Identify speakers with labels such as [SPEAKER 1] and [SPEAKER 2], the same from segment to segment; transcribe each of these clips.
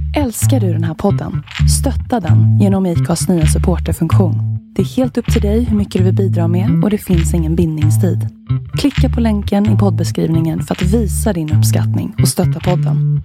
[SPEAKER 1] Älskar du den här podden? Stötta den genom IKAs nya supporterfunktion. Det är helt upp till dig hur mycket du vill bidra med och det finns ingen bindningstid. Klicka på länken i poddbeskrivningen för att visa din uppskattning och stötta podden.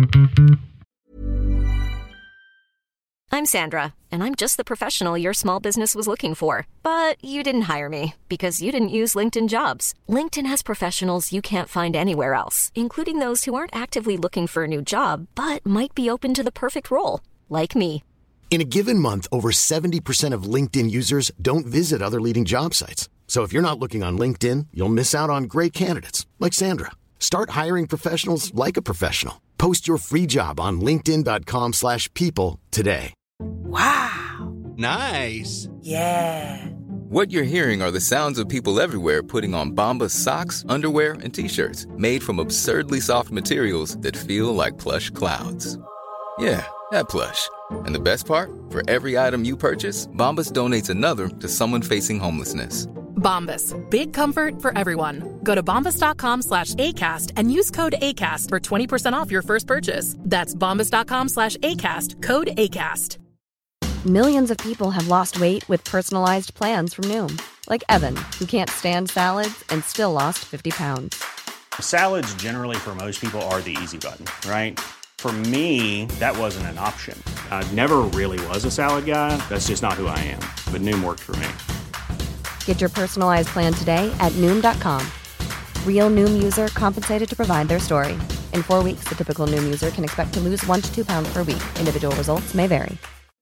[SPEAKER 2] I'm Sandra, and I'm just the professional your small business was looking for. But you didn't hire me because you didn't use LinkedIn Jobs. LinkedIn has professionals you can't find anywhere else, including those who aren't actively looking for a new job, but might be open to the perfect role, like me.
[SPEAKER 3] In a given month, over 70% of LinkedIn users don't visit other leading job sites. So if you're not looking on LinkedIn, you'll miss out on great candidates like Sandra. Start hiring professionals like a professional. Post your free job on linkedin.com/people today.
[SPEAKER 4] Wow.
[SPEAKER 5] Nice.
[SPEAKER 4] Yeah.
[SPEAKER 6] What you're hearing are the sounds of people everywhere putting on Bombas socks, underwear, and T-shirts made from absurdly soft materials that feel like plush clouds. Yeah, that plush. And the best part? For every item you purchase, Bombas donates another to someone facing homelessness.
[SPEAKER 7] Bombas. Big comfort for everyone. Go to bombas.com/ACAST and use code ACAST for 20% off your first purchase. That's bombas.com/ACAST. Code ACAST.
[SPEAKER 8] Millions of people have lost weight with personalized plans from Noom. Like Evan, who can't stand salads and still lost 50 pounds.
[SPEAKER 9] Salads generally for most people are the easy button, right? For me, that wasn't an option. I never really was a salad guy. That's just not who I am. But Noom worked for me.
[SPEAKER 8] Get your personalized plan today at Noom.com. Real Noom user compensated to provide their story. In 4 weeks, the typical Noom user can expect to lose 1 to 2 pounds per week. Individual results may vary.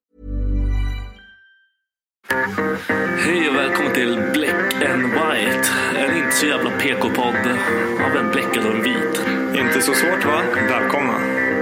[SPEAKER 10] Hej och välkommen till Black and White. En inte så jävla PK-podd av en bläckad och en vit.
[SPEAKER 11] Inte så svårt, va? Välkomna.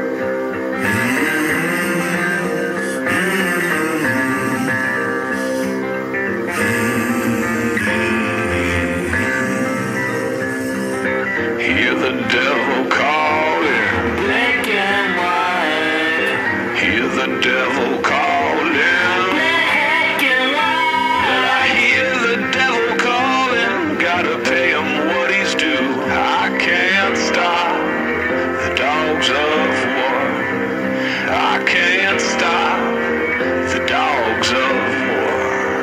[SPEAKER 12] Hear the devil calling, black and white. Hear the devil calling, black and white. I hear the devil calling, gotta pay him what he's due. I can't stop the dogs of war. I can't stop the dogs of war.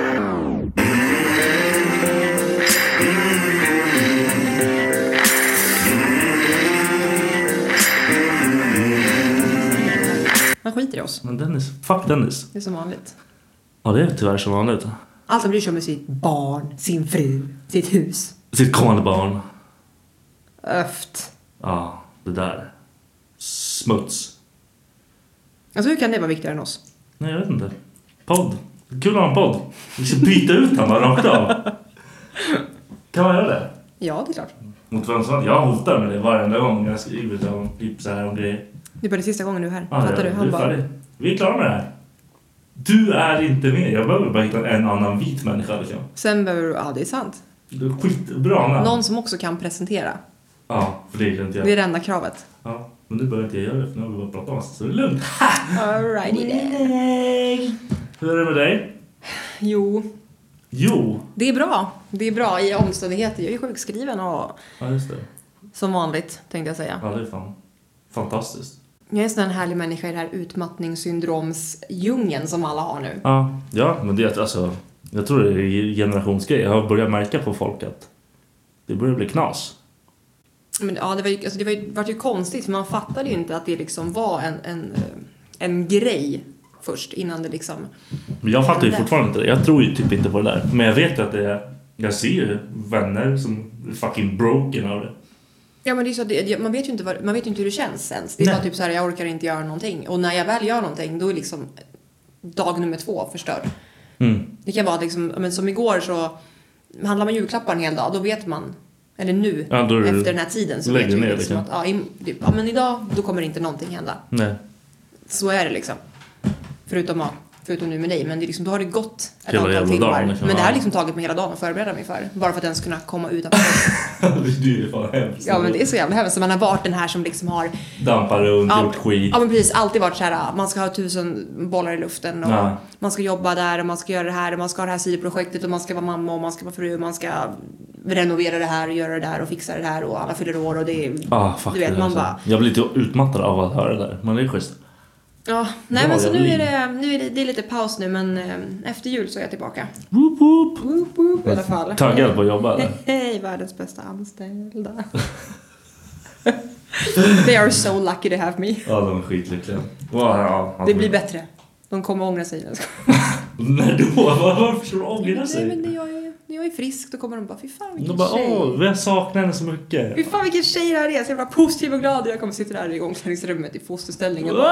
[SPEAKER 13] Man skiter i oss.
[SPEAKER 10] Men Dennis, fuck Dennis.
[SPEAKER 13] Det är som vanligt.
[SPEAKER 10] Ja, det är tyvärr som vanligt.
[SPEAKER 13] Allt som bryr sig om sitt barn, sin fru, sitt hus.
[SPEAKER 10] Sitt kommande barn.
[SPEAKER 13] Öft.
[SPEAKER 10] Ja, det där. Smuts.
[SPEAKER 13] Alltså hur kan det vara viktigare än oss?
[SPEAKER 10] Nej, jag vet inte. Podd. Kul att ha en podd. Vi ska byta ut honom rakt av. Kan man göra det?
[SPEAKER 13] Ja, det är klart.
[SPEAKER 10] Mot vem som jag hotar med det varenda gång jag skriver om typ så här om grejer.
[SPEAKER 13] Det är bara det sista gången nu här.
[SPEAKER 10] Ja,
[SPEAKER 13] fattar du? Han bara...
[SPEAKER 10] Vi är klara med det här. Du är inte med. Jag behöver bara hitta en annan vit människa liksom.
[SPEAKER 13] Sen behöver du... Ja, det är sant.
[SPEAKER 10] Det är skitbra namn.
[SPEAKER 13] Någon som också kan presentera.
[SPEAKER 10] Ja, för det kan inte jag.
[SPEAKER 13] Det är det enda kravet.
[SPEAKER 10] Ja, men nu behöver inte jag göra det. För nu har vi bara pratat om oss. Så det är lugnt.
[SPEAKER 13] Alrighty then.
[SPEAKER 10] Hur är det med dig?
[SPEAKER 13] Jo. Det är bra. Det är bra i omständigheter. Jag är sjukskriven och...
[SPEAKER 10] Ja, just det.
[SPEAKER 13] Som vanligt, tänkte jag säga.
[SPEAKER 10] Ja, det är fan fantastiskt.
[SPEAKER 13] Jag är en sån här härlig människa i det här utmattningssyndromsdjungeln som alla har nu.
[SPEAKER 10] Ja, men det är alltså... Jag tror det är generationsgrej. Jag har börjat märka på folk att det börjar bli knas.
[SPEAKER 13] Men ja, det var ju konstigt. För man fattade ju inte att det liksom var en grej först innan det liksom...
[SPEAKER 10] Men jag fattar ju fortfarande inte det. Jag tror ju typ inte på det där. Men jag vet att det är... Jag ser ju vänner som är fucking broken av det.
[SPEAKER 13] Ja, men det är så, man vet ju inte hur det känns ens. Det är bara typ så här, jag orkar inte göra någonting. Och när jag väl gör någonting, då är liksom dag nummer 2 förstörd. Det kan vara liksom, men som igår så handlar man julklappar en hel dag, då vet man, eller nu, efter den här tiden så vet du liksom att men idag, då kommer inte någonting hända.
[SPEAKER 10] Nej.
[SPEAKER 13] Så är det liksom. Förutom nu med dig, men det är liksom, då har det gått ett antal timmar. Liksom, men det här har liksom tagit mig hela dagen att förbereda mig för. Bara för att ens kunna komma utanför.
[SPEAKER 10] Det är fan hemskt.
[SPEAKER 13] Ja, men det är så jävla hemskt. Så man har varit den här som liksom har...
[SPEAKER 10] Dampar runt, gjort skit.
[SPEAKER 13] Ja, men precis. Alltid varit så här, man ska ha 1000 bollar i luften. Och man ska jobba där och man ska göra det här. Och man ska ha det här sidoprojektet och man ska vara mamma och man ska vara fru. Och man ska renovera det här och göra det där och fixa det här. Och alla fyller år och det är...
[SPEAKER 10] Fuck
[SPEAKER 13] du vet,
[SPEAKER 10] det,
[SPEAKER 13] man
[SPEAKER 10] alltså.
[SPEAKER 13] bara...
[SPEAKER 10] Jag blir lite utmattad av att höra det där. Men det är schysst.
[SPEAKER 13] Ja, nej men så nu är det lite paus nu, men efter jul så är jag tillbaka.
[SPEAKER 10] Woop woop.
[SPEAKER 13] Woop woop i alla fall.
[SPEAKER 10] Taggad på att jobba eller?
[SPEAKER 13] Hej, världens bästa anställda. They are so lucky to have me.
[SPEAKER 10] Ja, de är skitlyckliga. Ja,
[SPEAKER 13] det blir bättre. De kommer ångra sig.
[SPEAKER 10] När då? Varför ska de ångra sig?
[SPEAKER 13] Nej, men när jag är frisk då kommer de bara, fy fan vilken
[SPEAKER 10] de bara,
[SPEAKER 13] tjej.
[SPEAKER 10] Vi har saknat henne så mycket.
[SPEAKER 13] Fy fan vilken tjej det här är. Så jävla positiv och glad. Jag kommer sitta där i omklädningsrummet i fosterställning.
[SPEAKER 10] Jag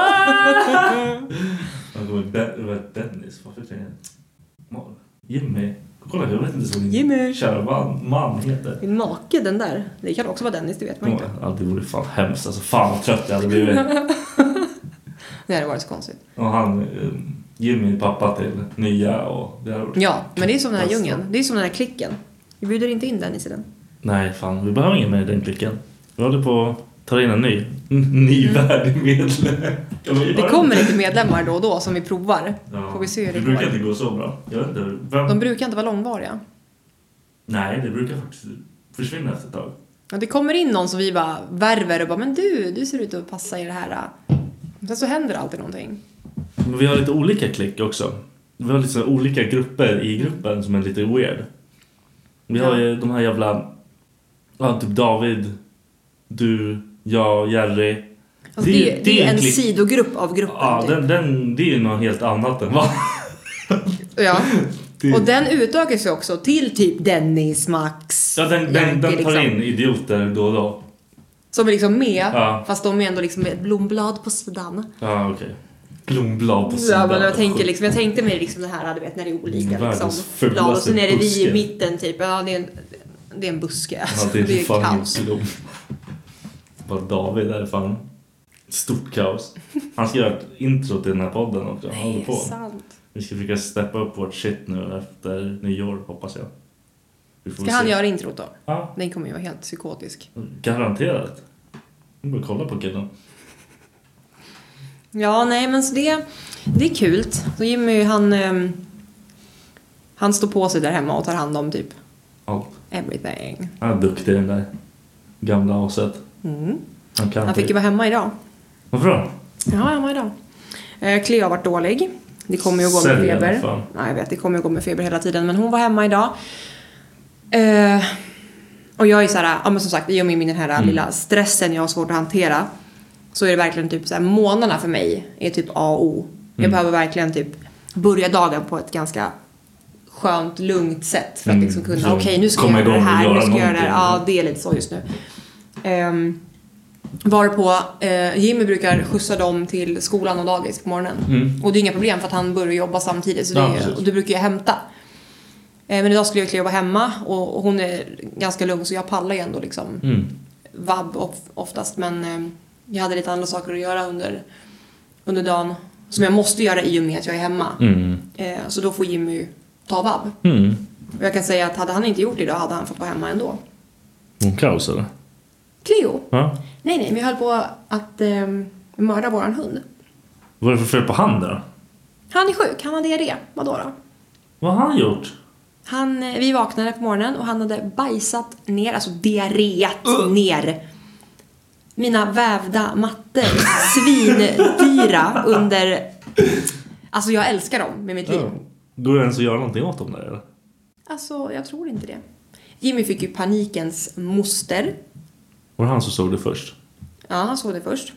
[SPEAKER 10] kommer Dennis. Varför säger jag? Jimmy. Kolla, jag vet inte så
[SPEAKER 13] Jimmy.
[SPEAKER 10] Kära man heter.
[SPEAKER 13] En make den där. Det kan också vara Dennis, det vet man inte.
[SPEAKER 10] Ja, det vore fan hemskt. Alltså fan vad trött jag hade blivit.
[SPEAKER 13] Det hade varit så konstigt.
[SPEAKER 10] Och han, Jimmy, pappa till nya och
[SPEAKER 13] ja, men det är som den här djungeln. Det är som den här klicken. Vi bjuder inte in Dennis i den.
[SPEAKER 10] Nej, fan. Vi behöver ingen med i den klicken. Vi håller på att ta in en ny värdig medlem.
[SPEAKER 13] Det kommer lite medlemmar då och då som vi provar.
[SPEAKER 10] Ja,
[SPEAKER 13] får vi se hur
[SPEAKER 10] det
[SPEAKER 13] går.
[SPEAKER 10] brukar inte gå så bra. Jag vet inte.
[SPEAKER 13] De brukar inte vara långvariga.
[SPEAKER 10] Nej, det brukar faktiskt försvinna efter ett tag.
[SPEAKER 13] Ja, det kommer in någon som vi bara värver och bara, men du ser ut att passa i det här. Sen så händer alltid någonting.
[SPEAKER 10] Men vi har lite olika klick också. Vi har lite olika grupper i gruppen som är lite weird. Vi har ju de här jävla typ David, du, jag, Jerry.
[SPEAKER 13] Alltså det är en sidogrupp av gruppen.
[SPEAKER 10] Ja,
[SPEAKER 13] typ.
[SPEAKER 10] det är ju något helt annat än vad.
[SPEAKER 13] Ja. Och den utökas ju också till typ Dennis, Max.
[SPEAKER 10] Ja, den tar
[SPEAKER 13] liksom
[SPEAKER 10] in idioter då och då.
[SPEAKER 13] som är liksom med, fast de är ändå liksom ett blomblad på sidan.
[SPEAKER 10] Ja, okej. Blomblad på sidan.
[SPEAKER 13] Ja, men jag tänkte mig liksom det här, du vet, när det är olika liksom blad och så är det vi i mitten typ. Ja, det är en buske. Alltså.
[SPEAKER 10] Ja, det är
[SPEAKER 13] kaos.
[SPEAKER 10] Bara David är fan stort kaos. Han ska göra ett intro till den här podden också.
[SPEAKER 13] Nej, det är sant.
[SPEAKER 10] Vi ska försöka steppa upp vårt shit nu efter nyår, hoppas jag.
[SPEAKER 13] Ska han göra introt då?
[SPEAKER 10] Ja.
[SPEAKER 13] Den kommer ju vara helt psykotisk.
[SPEAKER 10] Garanterat. Vi bara kolla på killen.
[SPEAKER 13] Ja, nej, men så det är kul. Så Jimmy, han står på sig där hemma och tar hand om typ
[SPEAKER 10] allt.
[SPEAKER 13] Everything.
[SPEAKER 10] Han är duktig, den där gamla aset.
[SPEAKER 13] Han fick ju vara hemma idag.
[SPEAKER 10] Varför då?
[SPEAKER 13] Ja, hemma idag. Cleo har varit dålig. Det kommer ju att gå med feber. Nej, jag vet, det kommer ju att gå med feber hela tiden. Men hon var hemma idag. Och jag är så här, ja men som sagt, i och med den här lilla stressen jag har svårt att hantera, så är det verkligen typ så här, månaderna för mig är typ A och O. Jag behöver verkligen typ börja dagen på ett ganska skönt, lugnt sätt för att liksom kunna, okej, nu ska jag göra det här, nu ska jag göra det här. Ja, det är lite så just nu. Varpå Jimmy brukar skjutsa dem till skolan och dagis på morgonen. Och det är inga problem för att han börjar jobba samtidigt, så och du brukar jag hämta. Men idag skulle jag kliva hemma och hon är ganska lugn, så jag pallar ju ändå liksom vabb oftast, men jag hade lite andra saker att göra under dagen som jag måste göra i och med att jag är hemma. Så då får Jimmy ta vabb. Och jag kan säga att hade han inte gjort det idag hade han fått vara hemma ändå.
[SPEAKER 10] Kaos eller?
[SPEAKER 13] Cleo?
[SPEAKER 10] Ja.
[SPEAKER 13] Nej, men vi höll på att mörda våran hund.
[SPEAKER 10] Vad är det för fel på han då?
[SPEAKER 13] Han är sjuk, han har diarré. Vadå då?
[SPEAKER 10] Vad har han gjort?
[SPEAKER 13] Vi vaknade på morgonen och han hade bajsat ner, alltså diarréat ner mina vävda mattor, svindyra under, alltså jag älskar dem med mitt liv.
[SPEAKER 10] Går det ens att göra någonting åt dem där eller?
[SPEAKER 13] Alltså jag tror inte det. Jimmy fick ju panikens moster.
[SPEAKER 10] Var det han som såg det först?
[SPEAKER 13] Ja, han såg det först.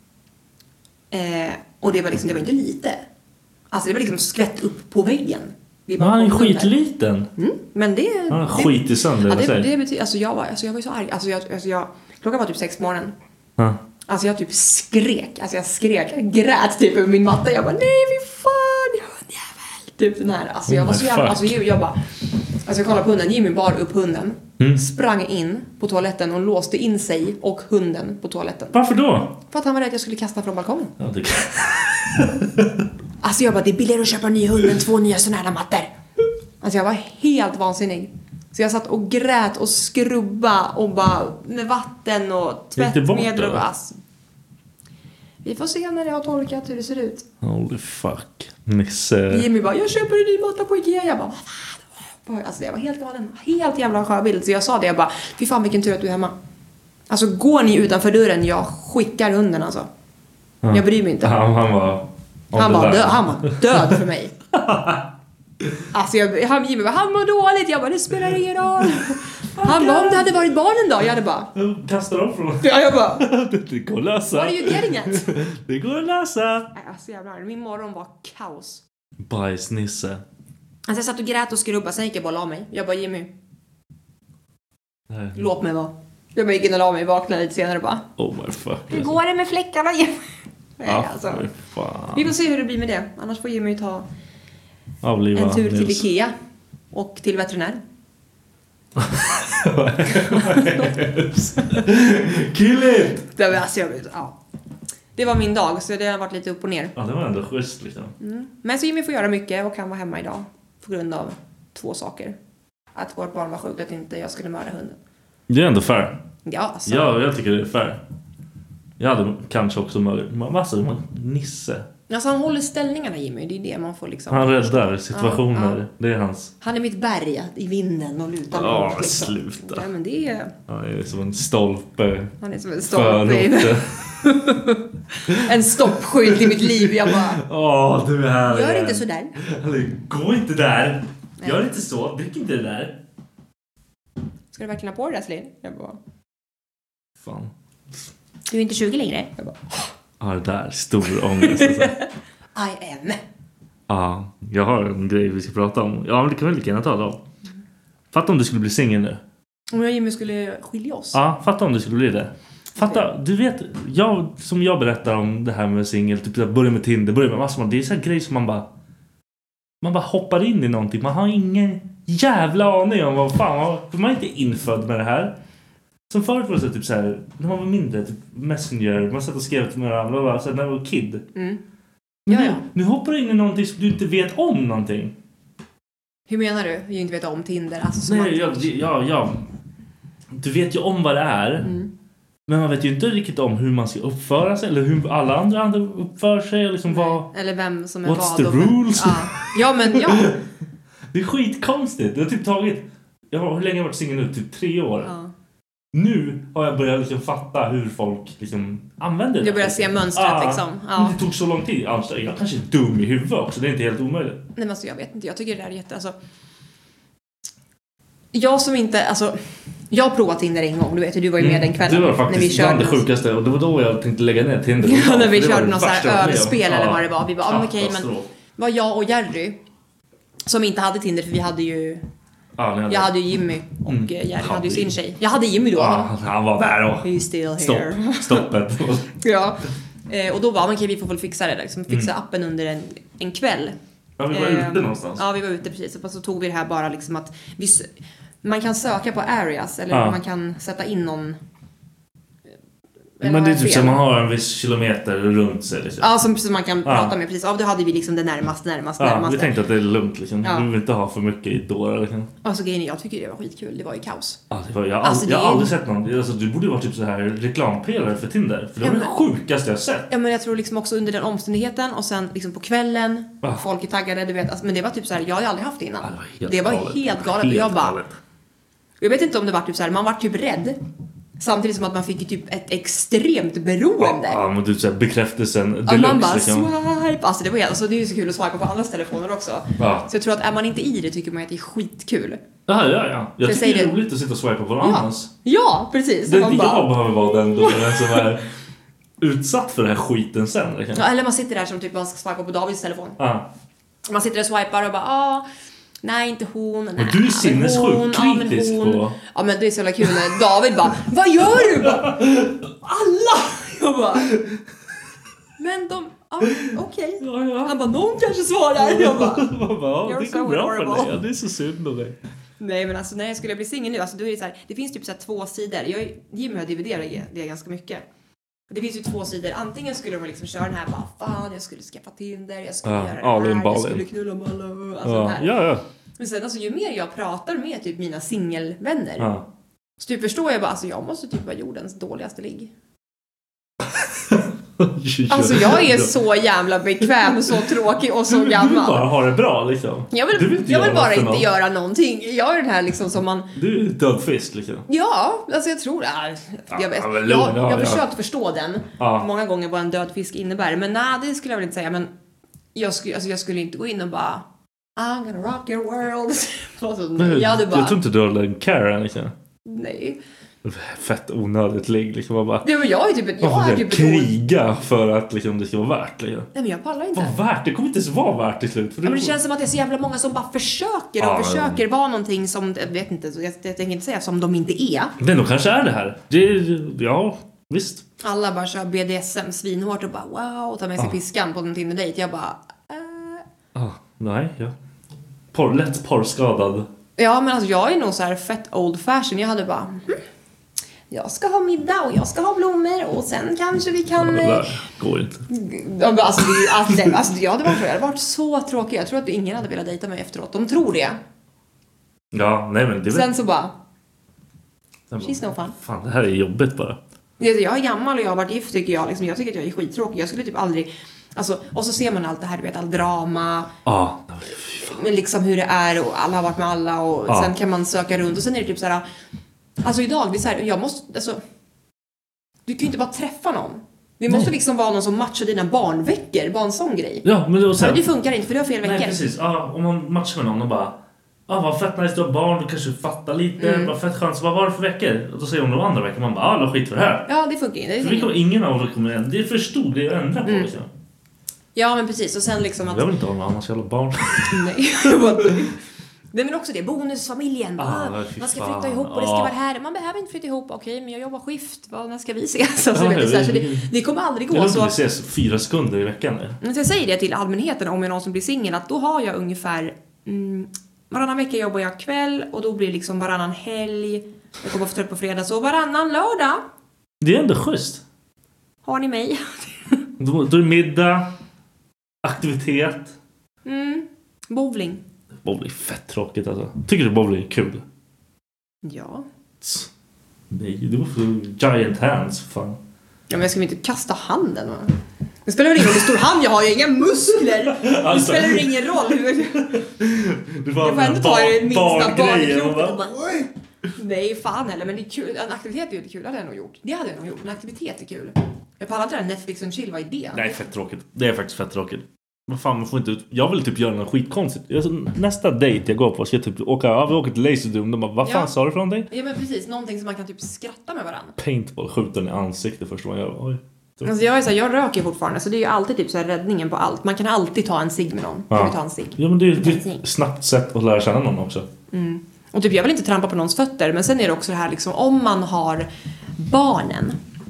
[SPEAKER 13] Och det var inte lite. Alltså det var liksom skvätt upp på väggen.
[SPEAKER 10] Han är skitliten.
[SPEAKER 13] Men det...
[SPEAKER 10] Han är skit i sönder.
[SPEAKER 13] Det betyder, alltså jag var ju så arg. Klockan var typ 6 på morgonen. Alltså jag typ skrek. Alltså jag grät typ över min matta. Jag bara, nej fy fan, hundjävel. Typ den här. Alltså jag var så jävla... Alltså jag kollade på hunden. Jimmy bar upp hunden. Sprang in på toaletten och låste in sig och hunden på toaletten.
[SPEAKER 10] Varför då?
[SPEAKER 13] För att han var rädd att jag skulle kasta från balkongen.
[SPEAKER 10] Ja, det
[SPEAKER 13] Alltså jag bara, det är billigare att köpa en ny hund än 2 nya sådana här mattor. Alltså jag var helt vansinnig. Så jag satt och grät och skrubba och bara med vatten och tvättmedel och alltså. Vi får se när det har torkat hur det ser ut.
[SPEAKER 10] Holy fuck. Nisse.
[SPEAKER 13] Jimmy bara, jag köper en ny matta på Ikea. Jag bara, vad fan? Alltså jag var helt galen. Helt jävla sjöbild. Så jag sa det, jag bara, fy fan vilken tur att du är hemma. Alltså går ni utanför dörren, jag skickar hunden alltså. Jag bryr mig inte.
[SPEAKER 10] Han
[SPEAKER 13] var död för mig. Alltså han mår dåligt. Jag bara, det spelar ingen roll. Han bara, om det hade varit barnen då? Jag hade bara,
[SPEAKER 10] kastar dem från.
[SPEAKER 13] Ja, jag bara,
[SPEAKER 10] det går att lösa.
[SPEAKER 13] What are you getting at?
[SPEAKER 10] Det går att lösa.
[SPEAKER 13] Alltså jävlar, min morgon var kaos.
[SPEAKER 10] Bajsnisse.
[SPEAKER 13] Alltså jag satt och grät och skrubbade. Sen gick jag bara la mig. Jag bara, Jimmy, låt mig vara. Jag bara gick in och la mig. Vaknade lite senare och bara,
[SPEAKER 10] oh my fuck.
[SPEAKER 13] Hur går det med fläckarna, Jimmy? Alltså,
[SPEAKER 10] fan.
[SPEAKER 13] vi får se hur det blir med det. Annars får Jimmy ta
[SPEAKER 10] avliva
[SPEAKER 13] en tur till
[SPEAKER 10] Nils.
[SPEAKER 13] Ikea och till veterinär.
[SPEAKER 10] Kill it!
[SPEAKER 13] Det var min dag, så det har varit lite upp och ner.
[SPEAKER 10] Ja, det var ändå schysst liksom.
[SPEAKER 13] Men så Jimmy får göra mycket och kan vara hemma idag. På grund av 2 saker. Att vårt barn var sjukt, att inte jag skulle mörda hunden.
[SPEAKER 10] Det är ändå fair.
[SPEAKER 13] Ja, alltså.
[SPEAKER 10] Ja, jag tycker det är fair. Jag hade kanske också massa nisse.
[SPEAKER 13] Alltså han håller ställningarna, Jimmy. Det är det man får liksom.
[SPEAKER 10] Han räddar situationer.
[SPEAKER 13] Ja.
[SPEAKER 10] Det är hans.
[SPEAKER 13] Han är mitt berg i vinden och lutar mot, liksom.
[SPEAKER 10] Sluta.
[SPEAKER 13] Ja, men det är...
[SPEAKER 10] Han är som en stolpe.
[SPEAKER 13] Han är som en stolpe. En stoppskylt i mitt liv. Jag bara...
[SPEAKER 10] du är här.
[SPEAKER 13] Gör inte så där.
[SPEAKER 10] Gå inte där. Gör inte så. Drick inte det där.
[SPEAKER 13] Ska du verkligen ha på det där, Slin? Jag bara...
[SPEAKER 10] Fan.
[SPEAKER 13] Du är inte 20 längre. Jag bara...
[SPEAKER 10] Ja, det där. Stor ångest alltså.
[SPEAKER 13] I am.
[SPEAKER 10] Ja, jag har en grej vi ska prata om. Ja, men det kan väl lika gärna ta då. Fatta om du skulle bli singel nu.
[SPEAKER 13] Om jag och Jimmy skulle skilja oss.
[SPEAKER 10] Ja, fatta om du skulle bli det. Fatta, du vet, som jag berättar om det här med singel, typ börja med Tinder, börja med massor. Det är så här grejer som man bara hoppar in i någonting. Man har ingen jävla aning om vad fan, för man är inte infödd med det här. Som förut var det typ så här, när man var mindre, typ Messenger, man satt och skrev till varandra, så här, när man var kid. Nu hoppar du in i någonting som du inte vet om någonting.
[SPEAKER 13] Hur menar du? Jag inte vet om Tinder. Alltså,
[SPEAKER 10] Nej, du vet ju om vad det är. Men man vet ju inte riktigt om hur man ska uppföra sig. Eller hur alla andra uppför sig. Liksom
[SPEAKER 13] eller vem som är
[SPEAKER 10] what's
[SPEAKER 13] vad.
[SPEAKER 10] The rules?
[SPEAKER 13] Ja, men ja.
[SPEAKER 10] Det är skitkonstigt. Det har typ tagit... hur länge har jag varit singel nu? Typ 3 år.
[SPEAKER 13] Ja.
[SPEAKER 10] Nu har jag börjat liksom fatta hur folk liksom använder det.
[SPEAKER 13] Jag börjar se mönstret liksom. Ja.
[SPEAKER 10] Men det tog så lång tid. Alltså, jag kanske är dum i huvudet också. Det är inte helt omöjligt.
[SPEAKER 13] Nej, men alltså, jag vet inte. Jag tycker det där är alltså... Jag som inte... Alltså... Jag har provat Tinder en gång. Du vet, du var ju med den kvällen.
[SPEAKER 10] Det var faktiskt bland det sjukaste. Och det var då jag tänkte lägga ner Tinder.
[SPEAKER 13] Ja, när vi körde någon sån här överspel eller vad det var. Vi bara, okej, men var jag och Jerry som inte hade Tinder, för vi hade ju... jag hade ju Jimmy och Jerry hade ju sin tjej. Jag hade Jimmy då.
[SPEAKER 10] Han var där och...
[SPEAKER 13] He's still here.
[SPEAKER 10] Stoppet.
[SPEAKER 13] Ja. Och då var man, okej, vi får väl fixa det. Liksom, fixa appen under en kväll.
[SPEAKER 10] Ja, vi var ute någonstans.
[SPEAKER 13] Ja, vi var ute precis. Och så tog vi det här bara liksom att... Man kan söka på areas, eller man kan sätta in någon...
[SPEAKER 10] Men det är typ som man har en viss kilometer runt sig liksom.
[SPEAKER 13] Ja, som man kan prata med precis. Ja, då hade vi liksom det närmaste.
[SPEAKER 10] Vi tänkte att det är lugnt liksom. Vi vill inte ha för mycket i dårar liksom.
[SPEAKER 13] Alltså grejen är, jag tycker det var skitkul. Det var ju kaos.
[SPEAKER 10] Ja, jag har aldrig sett någon. Alltså, du borde ju vara typ så här reklampelare för Tinder. För det var det sjukaste jag sett.
[SPEAKER 13] Ja, men jag tror liksom också under den omständigheten. Och sen liksom på kvällen. Folk är taggade, du vet. Alltså, men det var typ så här, jag hade aldrig haft det innan. Det var helt galet. Och jag bara... Jag vet inte om det var typ så här, man var typ rädd. Samtidigt som att man fick ju typ ett extremt beroende.
[SPEAKER 10] Ja, men du säger bekräftelsen deluxe.
[SPEAKER 13] Man bara
[SPEAKER 10] liksom.
[SPEAKER 13] swipe. Alltså det var helt, alltså det är ju så kul att swipa på andras telefoner också.
[SPEAKER 10] Ja.
[SPEAKER 13] Så jag tror att är man inte i det tycker man att det är skitkul.
[SPEAKER 10] Ja. Jag tycker det är roligt att sitta och swipa på någon annans.
[SPEAKER 13] Ja, precis.
[SPEAKER 10] Jag behöver vara den som är utsatt för den här skiten sen. Liksom.
[SPEAKER 13] Ja, eller man sitter där som typ man ska swipa på Davids telefon.
[SPEAKER 10] Ja.
[SPEAKER 13] Man sitter och swipar och bara nej, inte hon. Nej,
[SPEAKER 10] men du är sinnessjukt kritisk på...
[SPEAKER 13] Ja, men det är så jävla kul när David bara, vad gör du? Alla! Jag bara... Men de... okej.
[SPEAKER 10] Ja.
[SPEAKER 13] Han bara, någon kanske svarar. Jag bara...
[SPEAKER 10] det går bra för dig. Ja, det är så synd om dig.
[SPEAKER 13] Nej, men alltså, när skulle jag bli singel nu? Alltså, då är det så här, det finns typ så här 2 sidor. Jimmy har dividerat det ganska mycket. Det finns ju 2 sidor. Antingen skulle de liksom köra den här bara, fan, jag skulle skaffa Tinder, jag skulle göra det här, jag skulle knulla med alla, alltså här.
[SPEAKER 10] Ja.
[SPEAKER 13] Men sen alltså, ju mer jag pratar med typ mina singelvänner, så typ förstår jag bara, alltså jag måste typ vara jordens dåligaste ligg. Alltså jag är så jävla bekväm, så tråkig och så gammal.
[SPEAKER 10] Du vill bara ha det bra liksom.
[SPEAKER 13] Jag vill bara inte göra någonting. Jag är den här liksom som man...
[SPEAKER 10] Du är död fisk liksom.
[SPEAKER 13] Ja, alltså jag tror det. Jag har försökt förstå den. Många gånger vad en död fisk innebär. Men nej, det skulle jag väl inte säga. Men jag skulle inte gå in och bara I'm gonna rock your world.
[SPEAKER 10] Jag tror inte du har en care liksom.
[SPEAKER 13] Nej.
[SPEAKER 10] Fett onödigt ligg liksom. Bara,
[SPEAKER 13] det var jag är typ
[SPEAKER 10] kriga för att liksom, det ska vara värt liksom.
[SPEAKER 13] Nej men jag pallar inte.
[SPEAKER 10] Vad värt? Det kommer inte ens vara värt till slut.
[SPEAKER 13] Men det känns som att det är så jävla många som bara försöker vara någonting som, jag vet inte, jag tänker inte säga som de inte är.
[SPEAKER 10] Men då kanske är det här. Ja, visst.
[SPEAKER 13] Alla bara kör BDSM svinhårt och bara wow, tar med sig piskan på en Tinder-date. Jag bara
[SPEAKER 10] nej, lätt porrskadad.
[SPEAKER 13] Ja, men alltså jag är nog så här fett old fashion. Jag hade bara jag ska ha middag och jag ska ha blommor och sen kanske vi kan...
[SPEAKER 10] Det går inte.
[SPEAKER 13] Jag hade varit så tråkig. Jag tror att ingen hade velat dejta mig efteråt. De tror det.
[SPEAKER 10] Ja, nej men det
[SPEAKER 13] sen så bara... She's no fun.
[SPEAKER 10] Fan, det här är jobbigt bara.
[SPEAKER 13] Jag är gammal och jag har varit gift tycker jag. Liksom, jag tycker att jag är skittråkig. Jag skulle typ aldrig... Alltså, och så ser man allt det här, du vet, all drama. Men liksom hur det är och alla har varit med alla och sen kan man söka runt och sen är det typ så här. Alltså idag, det är så här, jag måste, alltså du kan ju inte bara träffa någon. Det måste liksom vara någon som matchar dina barnveckor, bara en sån grej.
[SPEAKER 10] Ja, men då
[SPEAKER 13] det funkar inte för du har fel veckor.
[SPEAKER 10] Nej, precis. Om man matchar med någon och bara vad fett nice, du har barn, du kanske fattar lite, vad fett chans, vad var det för veckor? Och då säger hon de andra veckor, man bara, skit för det här.
[SPEAKER 13] Ja, det funkar inte.
[SPEAKER 10] För ingen av oss kommer ändra, det är för stor, det är att ändra på liksom.
[SPEAKER 13] Ja, men precis. Och sen liksom att...
[SPEAKER 10] Jag vill inte ha någon annans jävla barn.
[SPEAKER 13] Nej, men också det. Bonusfamiljen. Man ska flytta ihop och det ska vara här. Man behöver inte flytta ihop. Okej, men jag jobbar skift. När ska vi ses? Alltså, det kommer aldrig gå så.
[SPEAKER 10] Vi ses 4 sekunder i veckan.
[SPEAKER 13] Men jag säger det till allmänheten om jag någon som blir singel. Att då har jag ungefär... varannan vecka jobbar jag kväll. Och då blir det liksom varannan helg. Jag kommer ofta på fredag. Så varannan lördag.
[SPEAKER 10] Det är ändå schysst.
[SPEAKER 13] Har ni mig?
[SPEAKER 10] Då är det middag. Aktivitet.
[SPEAKER 13] Bowling.
[SPEAKER 10] Bowling är fett tråkigt alltså. Tycker du bowling är kul?
[SPEAKER 13] Ja.
[SPEAKER 10] Nej, det var för giant hands fan.
[SPEAKER 13] Ja, men jag ska inte kasta handen va? Det spelar ingen roll hur stor hand jag har, jag har inga muskler. Det spelar ingen roll.
[SPEAKER 10] Du får
[SPEAKER 13] ändå ta det minsta
[SPEAKER 10] barnkroppen.
[SPEAKER 13] Nej, fan heller, men det är kul. En aktivitet är ju kul, det hade jag nog gjort. Det hade jag nog gjort, en aktivitet är kul. Jag pallar inte det här Netflix och chill, vad är det?
[SPEAKER 10] Nej, fett tråkigt. Det är faktiskt fett tråkigt. Vad fan, man får inte ut. Jag vill typ göra något skitkonstigt. Nästa date jag går på ska jag typ åka till Laserdome. De bara, vad fan sa du för någonting?
[SPEAKER 13] Ja, men precis, någonting som man kan typ skratta med varandra.
[SPEAKER 10] Paintball, skjuta den i ansiktet först man gör. Oj.
[SPEAKER 13] Alltså jag röker fortfarande, så det är ju alltid typ så här räddningen på allt. Man kan alltid ta en cigg med någon. Kan vi ta en cigg?
[SPEAKER 10] Ja, men det är ett snabbt sätt att lära känna någon också.
[SPEAKER 13] Och typ jag vill inte trampa på någons fötter, men sen är det också det här liksom, om man har barnen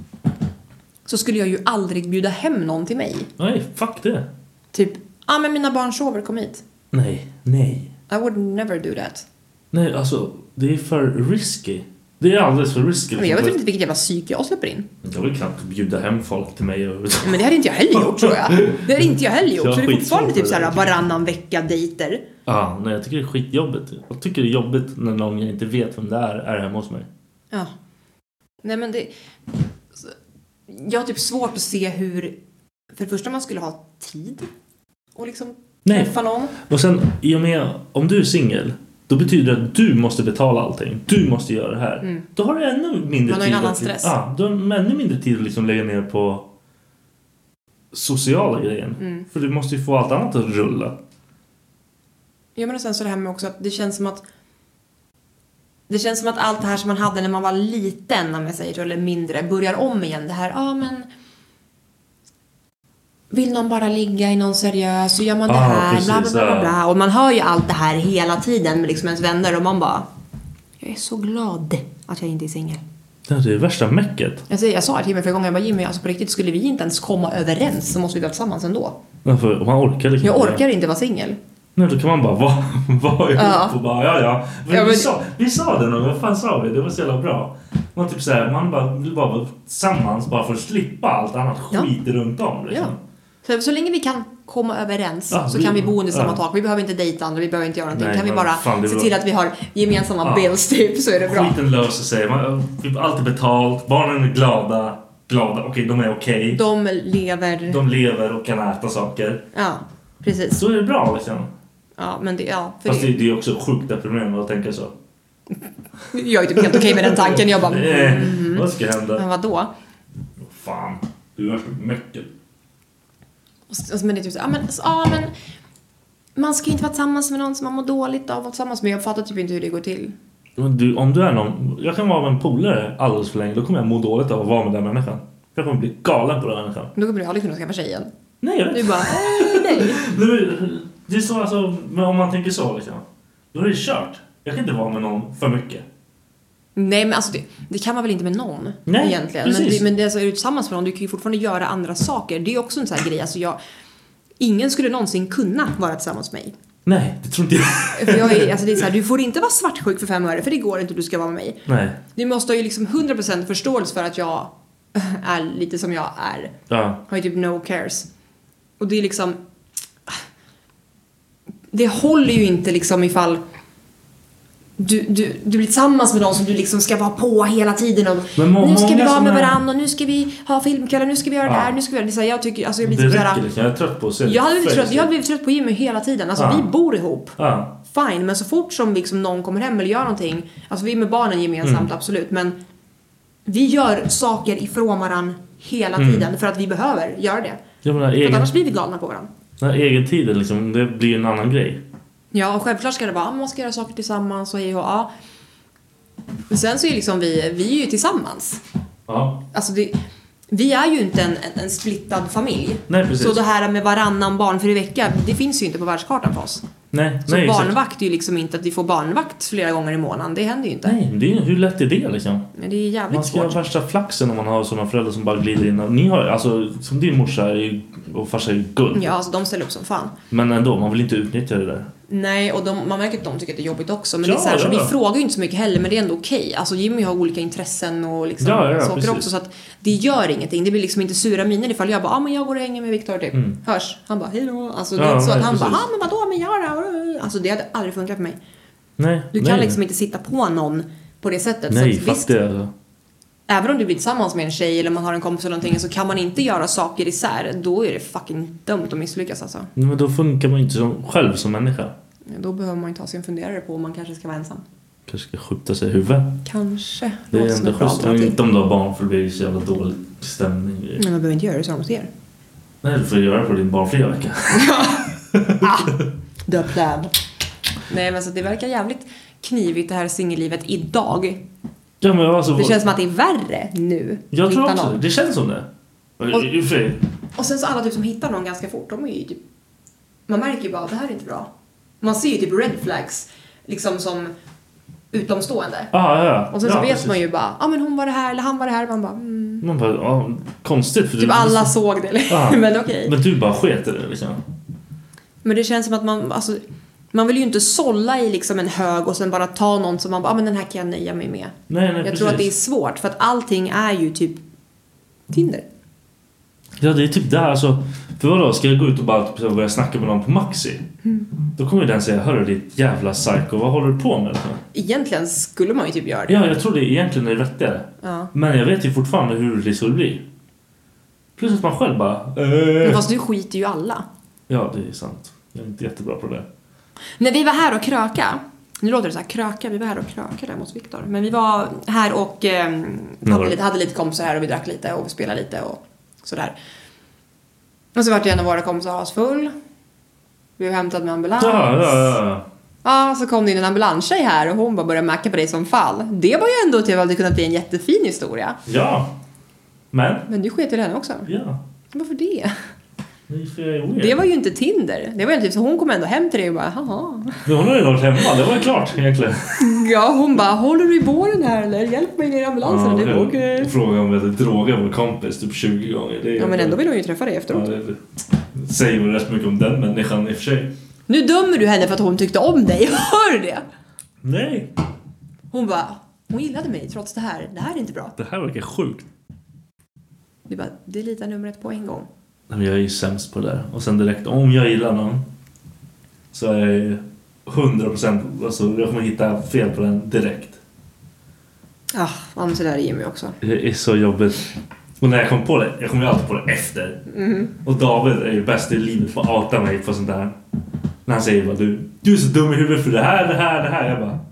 [SPEAKER 13] så skulle jag ju aldrig bjuda hem någon till mig.
[SPEAKER 10] Nej, fuck det.
[SPEAKER 13] Typ, men mina barn sover, kom hit.
[SPEAKER 10] Nej.
[SPEAKER 13] I would never do that.
[SPEAKER 10] Nej, alltså, det är för risky. Det är alldeles för risky.
[SPEAKER 13] Men jag vet inte vilket jävla psyke jag släpper in.
[SPEAKER 10] Jag vill knappt bjuda hem folk till mig.
[SPEAKER 13] Men det hade inte jag heller gjort, tror jag. Det hade inte jag heller gjort. Så det är fortfarande typ såhär varannan vecka dejter.
[SPEAKER 10] Nej, jag tycker det är skitjobbigt. Jag tycker det är jobbigt när någon jag inte vet vem det är hemma hos mig.
[SPEAKER 13] Ja. Nej, men det... Jag har typ svårt att se hur... För det första man skulle ha tid och liksom träffa någon. Och
[SPEAKER 10] sen, i och med, om du är singel, då betyder det att du måste betala allting. Du måste göra det här. Då har du ännu mindre tid.
[SPEAKER 13] Man har en annan stress.
[SPEAKER 10] Ja, då har du ännu mindre tid att liksom lägga ner på sociala grejen. För du måste ju få allt annat att rulla.
[SPEAKER 13] Ja, men och sen så det här med också att det känns som att allt det här som man hade när man var liten, om jag säger så, eller mindre, börjar om igen. Det här, men vill någon bara ligga i någon seriös, så gör man det här, precis, bla bla bla bla. Och man hör ju allt det här hela tiden med liksom ens vänner, och man bara, jag är så glad att jag inte är singel.
[SPEAKER 10] Det är det värsta mäcket.
[SPEAKER 13] Jag sa det till mig flera gånger, jag bara, Jimmy, alltså på riktigt, skulle vi inte ens komma överens så måste vi vara tillsammans ändå.
[SPEAKER 10] Ja, för man orkar liksom.
[SPEAKER 13] Jag orkar inte vara singel.
[SPEAKER 10] Nej, då kan man bara vara ihop och bara, ja. Men vi sa det nog, vad fan sa vi? Det var så jävla bra. Man typ såhär, man vill bara vara tillsammans bara för att slippa allt annat skit runt om liksom.
[SPEAKER 13] Ja. Så länge vi kan komma överens så kan vi bo under samma tak. Vi behöver inte dejta andra, vi behöver inte göra någonting. Nej, kan vi bara se till att vi har gemensamma bills typ, så är det bra.
[SPEAKER 10] Skiten löser sig, vi har alltid betalt, barnen är glada. glada. Okej, de är okej.
[SPEAKER 13] De lever
[SPEAKER 10] och kan äta saker.
[SPEAKER 13] Ja, precis.
[SPEAKER 10] Så är det bra liksom.
[SPEAKER 13] Ja, men det... Ja, för
[SPEAKER 10] fast det är också sjukt deprimerande att tänka så.
[SPEAKER 13] Jag är typ helt okej med den tanken. Jag bara...
[SPEAKER 10] Vad ska hända?
[SPEAKER 13] Men vadå?
[SPEAKER 10] Fan, du är så mycket.
[SPEAKER 13] Men det är typ så, men man ska inte vara tillsammans med någon som man mår dåligt av att vara tillsammans med. Jag fattar typ inte hur det går till.
[SPEAKER 10] Om du är någon... Jag kan vara med en polare alldeles för länge. Då kommer jag må dåligt av att vara med den människan. Jag kommer bli galen på den människan.
[SPEAKER 13] Då kommer du aldrig kunna skaffa tjej igen.
[SPEAKER 10] Nej, jag vet.
[SPEAKER 13] Du bara, nej.
[SPEAKER 10] Det är så alltså... Men om man tänker så liksom. Då är det kört. Jag kan inte vara med någon för mycket.
[SPEAKER 13] Nej, men alltså det kan man väl inte med någon.
[SPEAKER 10] Nej,
[SPEAKER 13] egentligen. Men det är alltså, är du tillsammans med någon, du kan ju fortfarande göra andra saker. Det är också en sån här grej. Alltså ingen skulle någonsin kunna vara tillsammans med mig.
[SPEAKER 10] Nej, det tror inte jag.
[SPEAKER 13] För alltså det är så här, du får inte vara svartsjuk för 5 öre, för det går inte, du ska vara med mig.
[SPEAKER 10] Nej.
[SPEAKER 13] Du måste ha ju liksom 100% förståelse för att jag är lite som jag är.
[SPEAKER 10] Ja.
[SPEAKER 13] Har ju typ no cares. Och det är liksom... Det håller ju inte liksom ifall... Du blir tillsammans med någon som du liksom ska vara på hela tiden och nu ska vi vara med varandra och nu ska vi ha filmkvällar, nu ska vi göra det här, nu ska vi göra det. Så jag tycker, alltså jag blir
[SPEAKER 10] det
[SPEAKER 13] såhär,
[SPEAKER 10] jag är trött på att se.
[SPEAKER 13] Jag hade blivit trött på Jimmy hela tiden. Alltså vi bor ihop. Fine, men så fort som liksom någon kommer hem eller gör någonting, alltså vi är med barnen gemensamt, absolut, men vi gör saker ifrån varandra hela tiden för att vi behöver göra det. För annars blir vi galna på varandra.
[SPEAKER 10] Den här egen tiden liksom, det blir en annan grej.
[SPEAKER 13] Ja, och självklart ska det vara, man ska göra saker tillsammans och hej och ja. Men sen så är liksom vi är ju tillsammans.
[SPEAKER 10] Ja.
[SPEAKER 13] Alltså vi är ju inte en splittad familj.
[SPEAKER 10] Nej, precis.
[SPEAKER 13] Så det här med varannan barnfri vecka, det finns ju inte på världskaran för oss.
[SPEAKER 10] Nej,
[SPEAKER 13] så barnvakt är ju liksom inte att vi får barnvakt flera gånger i månaden. Det händer ju inte.
[SPEAKER 10] Nej, hur lätt är det liksom?
[SPEAKER 13] Ja, det är jävligt
[SPEAKER 10] man ska
[SPEAKER 13] svårt.
[SPEAKER 10] ha värsta flaxen om man har sådana föräldrar som bara glider in. Ni har, alltså, som din morsa och farsa är ju guld.
[SPEAKER 13] Ja, alltså de ställer upp som fan.
[SPEAKER 10] Men ändå, man vill inte utnyttja det där.
[SPEAKER 13] Nej, och man märker att de tycker att det är jobbigt också. Men det är så här, så vi frågar ju inte så mycket heller, men det är ändå okej. Alltså Jimmy har olika intressen och liksom saker precis. Också. Så att det gör ingenting. Det blir liksom inte sura miner ifall jag bara, men jag går och hänger med Viktor typ. Hörs. Han bara, hej då. Alltså det är inte så att han bara, men vadå, men gör det. Alltså det hade aldrig funkat för mig.
[SPEAKER 10] Nej.
[SPEAKER 13] Du kan liksom inte sitta på någon på det sättet.
[SPEAKER 10] Nej,
[SPEAKER 13] så att,
[SPEAKER 10] fast det.
[SPEAKER 13] Även om du blir tillsammans med en tjej eller man har en kompis eller någonting, så kan man inte göra saker isär. Då är det fucking dumt att misslyckas alltså.
[SPEAKER 10] Men då funkar man inte själv som människa.
[SPEAKER 13] Då behöver man ju ta sig en funderare på om man kanske ska vara ensam.
[SPEAKER 10] Kanske ska skjuta sig i huvudet.
[SPEAKER 13] Kanske.
[SPEAKER 10] Det är ändå schysst. Inte om du har barn, för det blir så jävla dålig stämning.
[SPEAKER 13] Nej, man behöver inte göra det så hos er.
[SPEAKER 10] Nej, du får göra det på din barnfria vecka.
[SPEAKER 13] The plan. Nej, men så det verkar jävligt knivigt det här singellivet idag.
[SPEAKER 10] Ja, men alltså,
[SPEAKER 13] det känns som att det är värre nu.
[SPEAKER 10] Jag tror också någon. Det känns som det.
[SPEAKER 13] Och sen så alla typ som hittar någon ganska fort, de är ju typ, man märker ju bara att det här är inte bra. Man ser ju typ red flags liksom som utomstående.
[SPEAKER 10] Ja.
[SPEAKER 13] Och sen så vet man ju bara, men hon var det här eller han var det här. Man bara,
[SPEAKER 10] Man bara, konstigt. För
[SPEAKER 13] typ alla såg det. Men okej.
[SPEAKER 10] Men du bara sket i det liksom.
[SPEAKER 13] Men det känns som att man vill ju inte sålla i liksom en hög och sen bara ta någon som man bara, men den här kan jag nöja mig med.
[SPEAKER 10] Nej,
[SPEAKER 13] jag tror att det är svårt, för att allting är ju typ Tinder.
[SPEAKER 10] Ja, det är typ där alltså. För vadå, ska jag gå ut och bara typ börja snacka med någon på Maxi? Då kommer ju den säga, hörru ditt jävla psycho, vad håller du på med?
[SPEAKER 13] Egentligen skulle man ju typ göra det.
[SPEAKER 10] Ja, jag tror det egentligen är vettigare.
[SPEAKER 13] Ja.
[SPEAKER 10] Men jag vet ju fortfarande hur det skulle bli. Plus att man själv bara...
[SPEAKER 13] Men fast du skiter ju alla.
[SPEAKER 10] Ja, det är sant. Jag är inte jättebra på det.
[SPEAKER 13] När vi var här och kröka, nu låter det så här, kröka, vi var här och kröka där mot Viktor. Men vi var här och hade lite kompisar här och vi drack lite och spelade lite och sådär. Och så var det en av våra kompisar asfull. Vi var hämtad med ambulans. Ja, så kom det in en ambulanstjej här och hon bara började macka på dig som fall. Det var ju ändå till att det kunde bli en jättefin historia.
[SPEAKER 10] Ja, men
[SPEAKER 13] du sket till henne också.
[SPEAKER 10] Ja.
[SPEAKER 13] Varför det? Det var ju inte Tinder. Det var ju typ så hon kom ändå hem till dig och bara, haha.
[SPEAKER 10] Men hon har ju varit hemma, det var ju klart egentligen.
[SPEAKER 13] Ja, hon bara, håller du i båren här eller? Hjälp mig ner i ambulansen. Ja, det var okej.
[SPEAKER 10] Fråga om vi hade drogat vår kompis typ 20 gånger. Det är
[SPEAKER 13] ja, men ändå vill hon ju träffa dig efteråt.
[SPEAKER 10] Ja, det säger väl rätt mycket om den människan i och för sig.
[SPEAKER 13] Nu dömer du henne för att hon tyckte om dig. Hör du det?
[SPEAKER 10] Nej.
[SPEAKER 13] Hon gillade mig trots det här. Det här är inte bra.
[SPEAKER 10] Det här verkar sjukt.
[SPEAKER 13] Du bara, det litar numret på en gång.
[SPEAKER 10] Jag är ju sämst på det där. Och sen direkt, om jag gillar någon så är jag 100%, alltså jag kommer hitta fel på den direkt.
[SPEAKER 13] Ja, men så där är Jimmy också.
[SPEAKER 10] Det är så jobbigt. Och när jag kom på det, jag kom ju alltid på det efter. Och David är ju bäst i livet på att outa mig på sånt där. När han säger bara, du är så dum i huvudet för det här. Jag bara,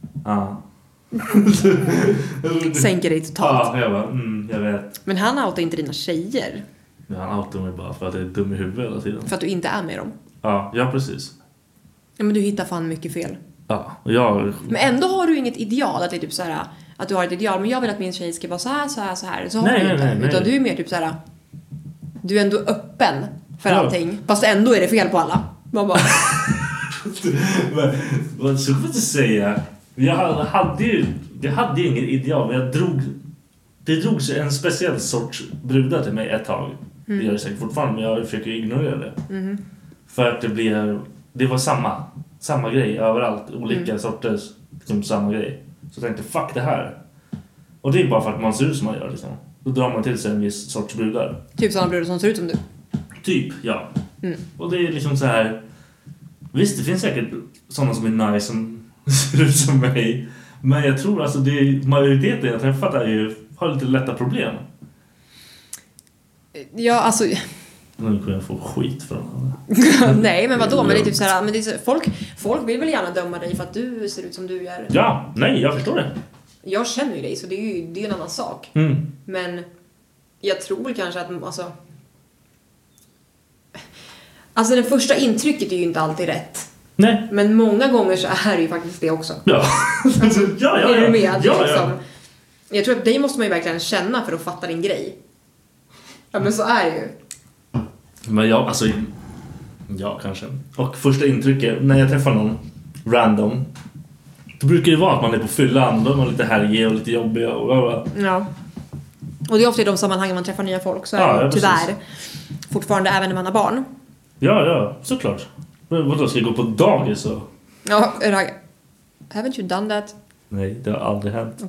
[SPEAKER 13] Sänker dig totalt.
[SPEAKER 10] Ja, jag bara, jag vet.
[SPEAKER 13] Men han outar inte dina tjejer.
[SPEAKER 10] Ja, han outar mig bara för att jag är dum i huvudet hela tiden.
[SPEAKER 13] För att du inte är med dem.
[SPEAKER 10] Ja, precis.
[SPEAKER 13] Ja, men du hittar fan mycket fel.
[SPEAKER 10] Ja, och jag...
[SPEAKER 13] Men ändå har du inget ideal, att det är typ så här, att du har ett ideal, men jag vill att min tjej ska vara så här. Så har
[SPEAKER 10] Nej,
[SPEAKER 13] du inte.
[SPEAKER 10] nej.
[SPEAKER 13] Utan du är mer typ så här, du är ändå öppen för allting. Fast ändå är det fel på alla. Man bara...
[SPEAKER 10] Vad ska jag säga? Jag hade ju ingen ideal, men det drog sig en speciell sorts brudar till mig ett tag. Det gör det säkert fortfarande, men jag försöker ignorera det. För att det var samma grej överallt, olika sorters liksom samma grej. Så jag tänkte, fuck det här. Och det är bara för att man ser ut som man gör liksom. Då drar man till sig en viss sorts brudar.
[SPEAKER 13] Typ sådana brudar som ser ut som du.
[SPEAKER 10] Typ, ja. Och det är liksom så här. Visst, det finns säkert sådana som är nice som ser ut som mig. Men jag tror alltså majoriteten jag träffat har lite lätta problem.
[SPEAKER 13] Ja, alltså...
[SPEAKER 10] Nu kommer jag få skit från honom.
[SPEAKER 13] Nej, men vadå? Men det är typ så här, men det är så, folk vill väl gärna döma dig för att du ser ut som du gör.
[SPEAKER 10] Ja, nej, jag förstår det.
[SPEAKER 13] Jag känner ju dig, så det är en annan sak. Men jag tror väl kanske att alltså det första intrycket är ju inte alltid rätt.
[SPEAKER 10] Nej.
[SPEAKER 13] Men många gånger så är det ju faktiskt det också.
[SPEAKER 10] Ja. Ja.
[SPEAKER 13] Är du med?
[SPEAKER 10] Ja.
[SPEAKER 13] Jag tror att dig måste man ju verkligen känna för att fatta din grej. Ja, men så är det ju.
[SPEAKER 10] Men ja, kanske. Och första intrycket, när jag träffar någon random, då brukar det vara att man är på fyllan. Då är man lite härlig och lite jobbig.
[SPEAKER 13] Ja. Och det är ofta i de sammanhangen man träffar nya folk. Så är det tyvärr fortfarande även när man har barn.
[SPEAKER 10] Ja, såklart. Men vadå, ska jag gå på dagis och...
[SPEAKER 13] Ja, haven't you done that?
[SPEAKER 10] Nej, det har aldrig hänt.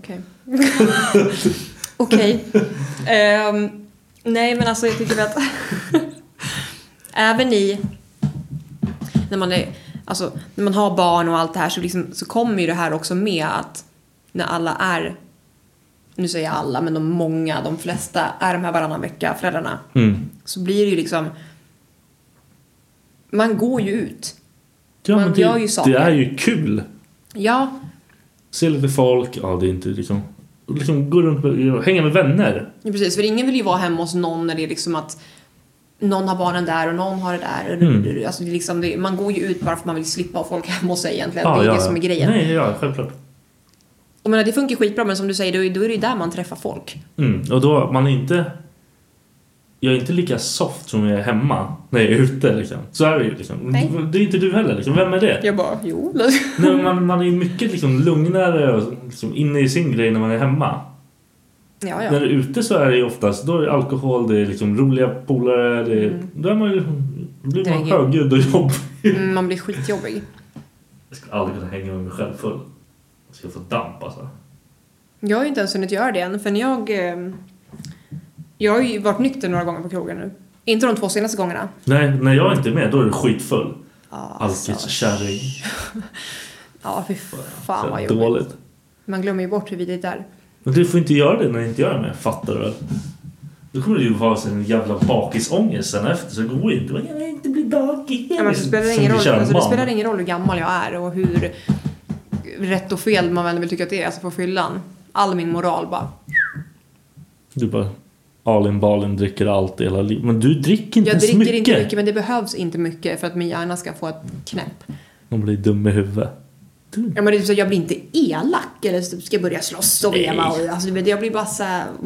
[SPEAKER 13] Okej. Nej, men alltså jag tycker att även när man har barn och allt det här så kommer ju det här också med att när alla är, nu säger jag alla, men de flesta är de här varannan vecka föräldrarna, så blir det ju liksom, man går ju ut.
[SPEAKER 10] Ja,
[SPEAKER 13] man gör ju saker.
[SPEAKER 10] Det är ju kul.
[SPEAKER 13] Ja.
[SPEAKER 10] Se lite folk, ja det är inte liksom gå runt och hänga med vänner.
[SPEAKER 13] Ja, precis, för ingen vill ju vara hemma hos någon när det är liksom att någon har barnen där och någon har det där. Alltså det är liksom man går ju ut bara för att man vill slippa ha folk hemma hos sig egentligen. Det är det som är grejen.
[SPEAKER 10] Nej, ja, självklart.
[SPEAKER 13] Och men det funkar skitbra, men som du säger, då är det ju där man träffar folk.
[SPEAKER 10] Och då jag är inte lika soft som jag är hemma när jag är ute liksom. Så är det ju liksom. Nej. Det är inte du heller liksom. Vem är det?
[SPEAKER 13] Jag bara, jo.
[SPEAKER 10] Nej, man är ju mycket liksom lugnare och liksom inne i sin grej när man är hemma.
[SPEAKER 13] Ja.
[SPEAKER 10] När du är ute så är det ju oftast, då är det alkohol, det är liksom roliga polare, då är man ju, blir man högljudd och jobbig.
[SPEAKER 13] Man blir skitjobbig.
[SPEAKER 10] Jag ska aldrig kunna hänga med mig själv full. Jag ska få damp alltså.
[SPEAKER 13] Jag har ju inte ens hunnit göra det än, för jag har ju varit nykter några gånger på krogen nu. Inte de 2 senaste gångerna.
[SPEAKER 10] Nej, när jag inte är med, då är du skitfull. Alkis kärring.
[SPEAKER 13] Ja, fy fan vad jobbigt.
[SPEAKER 10] Dåligt.
[SPEAKER 13] Man glömmer ju bort hur vidrigt det är.
[SPEAKER 10] Men du får inte göra det när jag inte gör det med, fattar du väl? Då kommer det ju vara en jävla bakisångest sen efter, så det går inte. Jag vill inte bli bakis.
[SPEAKER 13] Ja, men det spelar ingen roll hur gammal jag är och hur rätt och fel man väl vill tycka att det är, alltså på fyllan. All min moral bara.
[SPEAKER 10] Du bara Balin dricker allt hela livet. Men du dricker inte så mycket. Jag dricker inte mycket,
[SPEAKER 13] men det behövs inte mycket för att min hjärna ska få ett knäpp.
[SPEAKER 10] Man blir dum i huvudet.
[SPEAKER 13] Ja, men det är så, jag blir inte elak eller ska börja slåss och veva. Alltså, jag blir bara så här,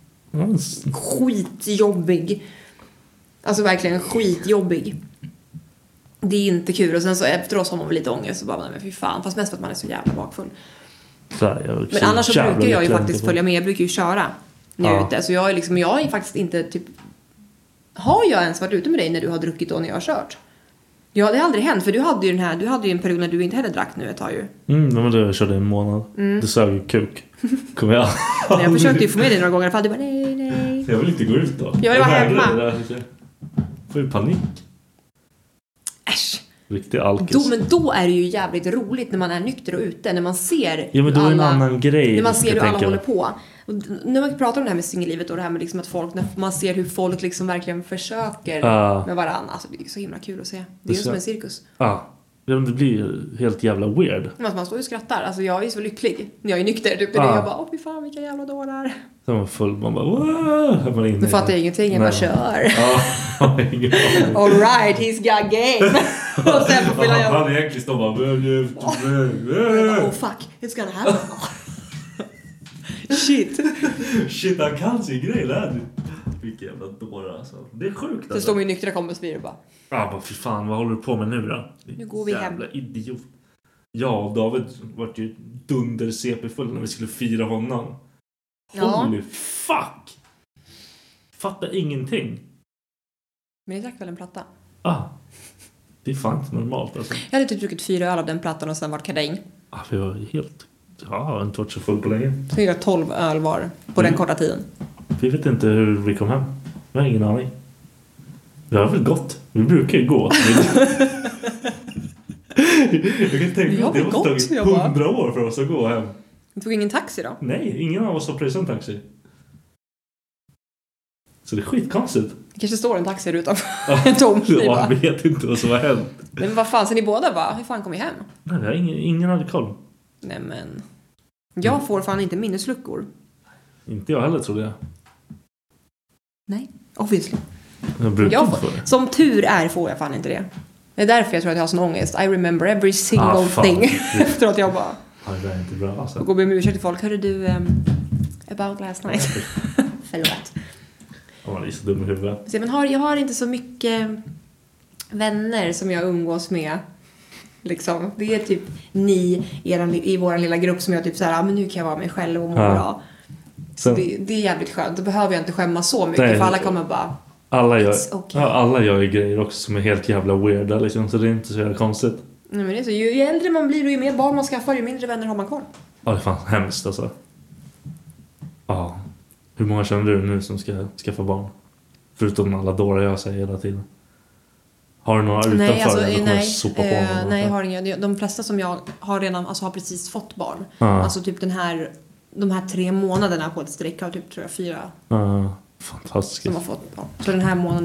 [SPEAKER 13] skitjobbig. Alltså verkligen skitjobbig. Det är inte kul. Och sen så efteråt har man väl lite ångest och bara, men fy fan. Fast mest för att man är så jävla bakfull. Men annars så brukar jag ju faktiskt följa med. Jag brukar ju köra när jag är ute. Så jag är faktiskt inte typ... Har jag ens varit ute med dig när du har druckit och när jag har kört? Ja, det har aldrig hänt. För du hade ju en period när du inte heller drack nu ett tag ju.
[SPEAKER 10] Men då körde en månad. Det sög ju kuk. Kommer jag.
[SPEAKER 13] Jag försökte ju få med dig några gånger. För du bara, nej.
[SPEAKER 10] Jag vill inte gå ut då.
[SPEAKER 13] Jag vill vara hemma.
[SPEAKER 10] Jag får ju panik.
[SPEAKER 13] Äsch.
[SPEAKER 10] Riktig alkis.
[SPEAKER 13] Men då är det ju jävligt roligt när man är nykter och ute. När man ser
[SPEAKER 10] ja, men då är det en annan grej.
[SPEAKER 13] När man ser hur alla håller på. Och när man pratar om det här med singellivet och det här med liksom att folk, när man ser hur folk liksom verkligen försöker med varandra. Alltså det är så himla kul att se. Det är ju som en cirkus.
[SPEAKER 10] Ja, det blir helt jävla weird.
[SPEAKER 13] Men man står ju och skrattar. Alltså jag är så lycklig när jag är nykter. Typ. Jag bara, fy fan vilka jävla dårar.
[SPEAKER 10] Så man full, man bara, wow.
[SPEAKER 13] Nu fattar jag ingenting, jag bara kör. All right, he's got game. Och sen får jag
[SPEAKER 10] han egentligen står bara,
[SPEAKER 13] oh fuck, it's gonna happen. Shit,
[SPEAKER 10] han kan sin grej där. Vilken jävla dåre alltså. Det är sjukt alltså.
[SPEAKER 13] Så står min nyktra kompis vid och bara.
[SPEAKER 10] Bara fy fan, vad håller du på med nu då?
[SPEAKER 13] Nu går vi hem.
[SPEAKER 10] Jävla idiot. Ja, och David var ju dunder CP-full när vi skulle fira honom. Holy fuck. Fattar ingenting.
[SPEAKER 13] Men ni drack väl en platta?
[SPEAKER 10] Det är fan inte normalt alltså.
[SPEAKER 13] Jag hade typ druckit 4 öl av den plattan och sen vart kadain.
[SPEAKER 10] Vi var helt... jag har inte varit så full på länge.
[SPEAKER 13] Så jag 12 öl var på den korta tiden.
[SPEAKER 10] Vi vet inte hur vi kom hem. Vi har ingen aning. Vi har väl gått. Vi brukar ju gå. Jag kan tänka att det måste tagit 100 år för oss att gå hem.
[SPEAKER 13] Vi tog ingen taxi då?
[SPEAKER 10] Nej, ingen av oss har pröjsat en taxi. Så det är skitkonstigt.
[SPEAKER 13] Det kanske står en taxi utanför en tom.
[SPEAKER 10] Jag vet inte vad som har hänt.
[SPEAKER 13] Men vad fan, så ni båda bara, hur fan kom vi hem?
[SPEAKER 10] Nej, det har ingen hade koll.
[SPEAKER 13] Nej men, jag får fan inte minnesluckor.
[SPEAKER 10] Inte jag heller, tror jag.
[SPEAKER 13] Nej, obviously.
[SPEAKER 10] Jag får,
[SPEAKER 13] som tur är får jag fan inte det. Det är därför jag tror att jag har sån ångest. I remember every single thing. Efter att jag bara...
[SPEAKER 10] det är inte bra alltså.
[SPEAKER 13] Och går med ursäkt till folk. Hörde du about last night? Förlåt.
[SPEAKER 10] Man är så dum i huvudet.
[SPEAKER 13] Men jag har inte så mycket vänner som jag umgås med. Liksom. Det är typ ni i vår lilla grupp som jag typ såhär, men nu kan jag vara mig själv och må bra. Så det är jävligt skönt. Då behöver jag inte skämmas så mycket. Nej, för alla kommer bara...
[SPEAKER 10] Alla gör ju grejer också som är helt jävla weirda liksom, så det är inte så jävla konstigt.
[SPEAKER 13] Nej, men det är så, ju äldre man blir och ju mer barn man skaffar, ju mindre vänner har man kvar.
[SPEAKER 10] Ja, det är fan hemskt alltså. Ja. Hur många känner du nu som ska skaffa barn? Förutom alla dårar jag säger hela tiden. Har du några utanför?
[SPEAKER 13] Nej, jag har inga. De flesta som jag har redan har precis fått barn. Alltså typ de här 3 månaderna på ett streck har typ tror jag 4.
[SPEAKER 10] Fantastiskt.
[SPEAKER 13] Som har fått barn. Så den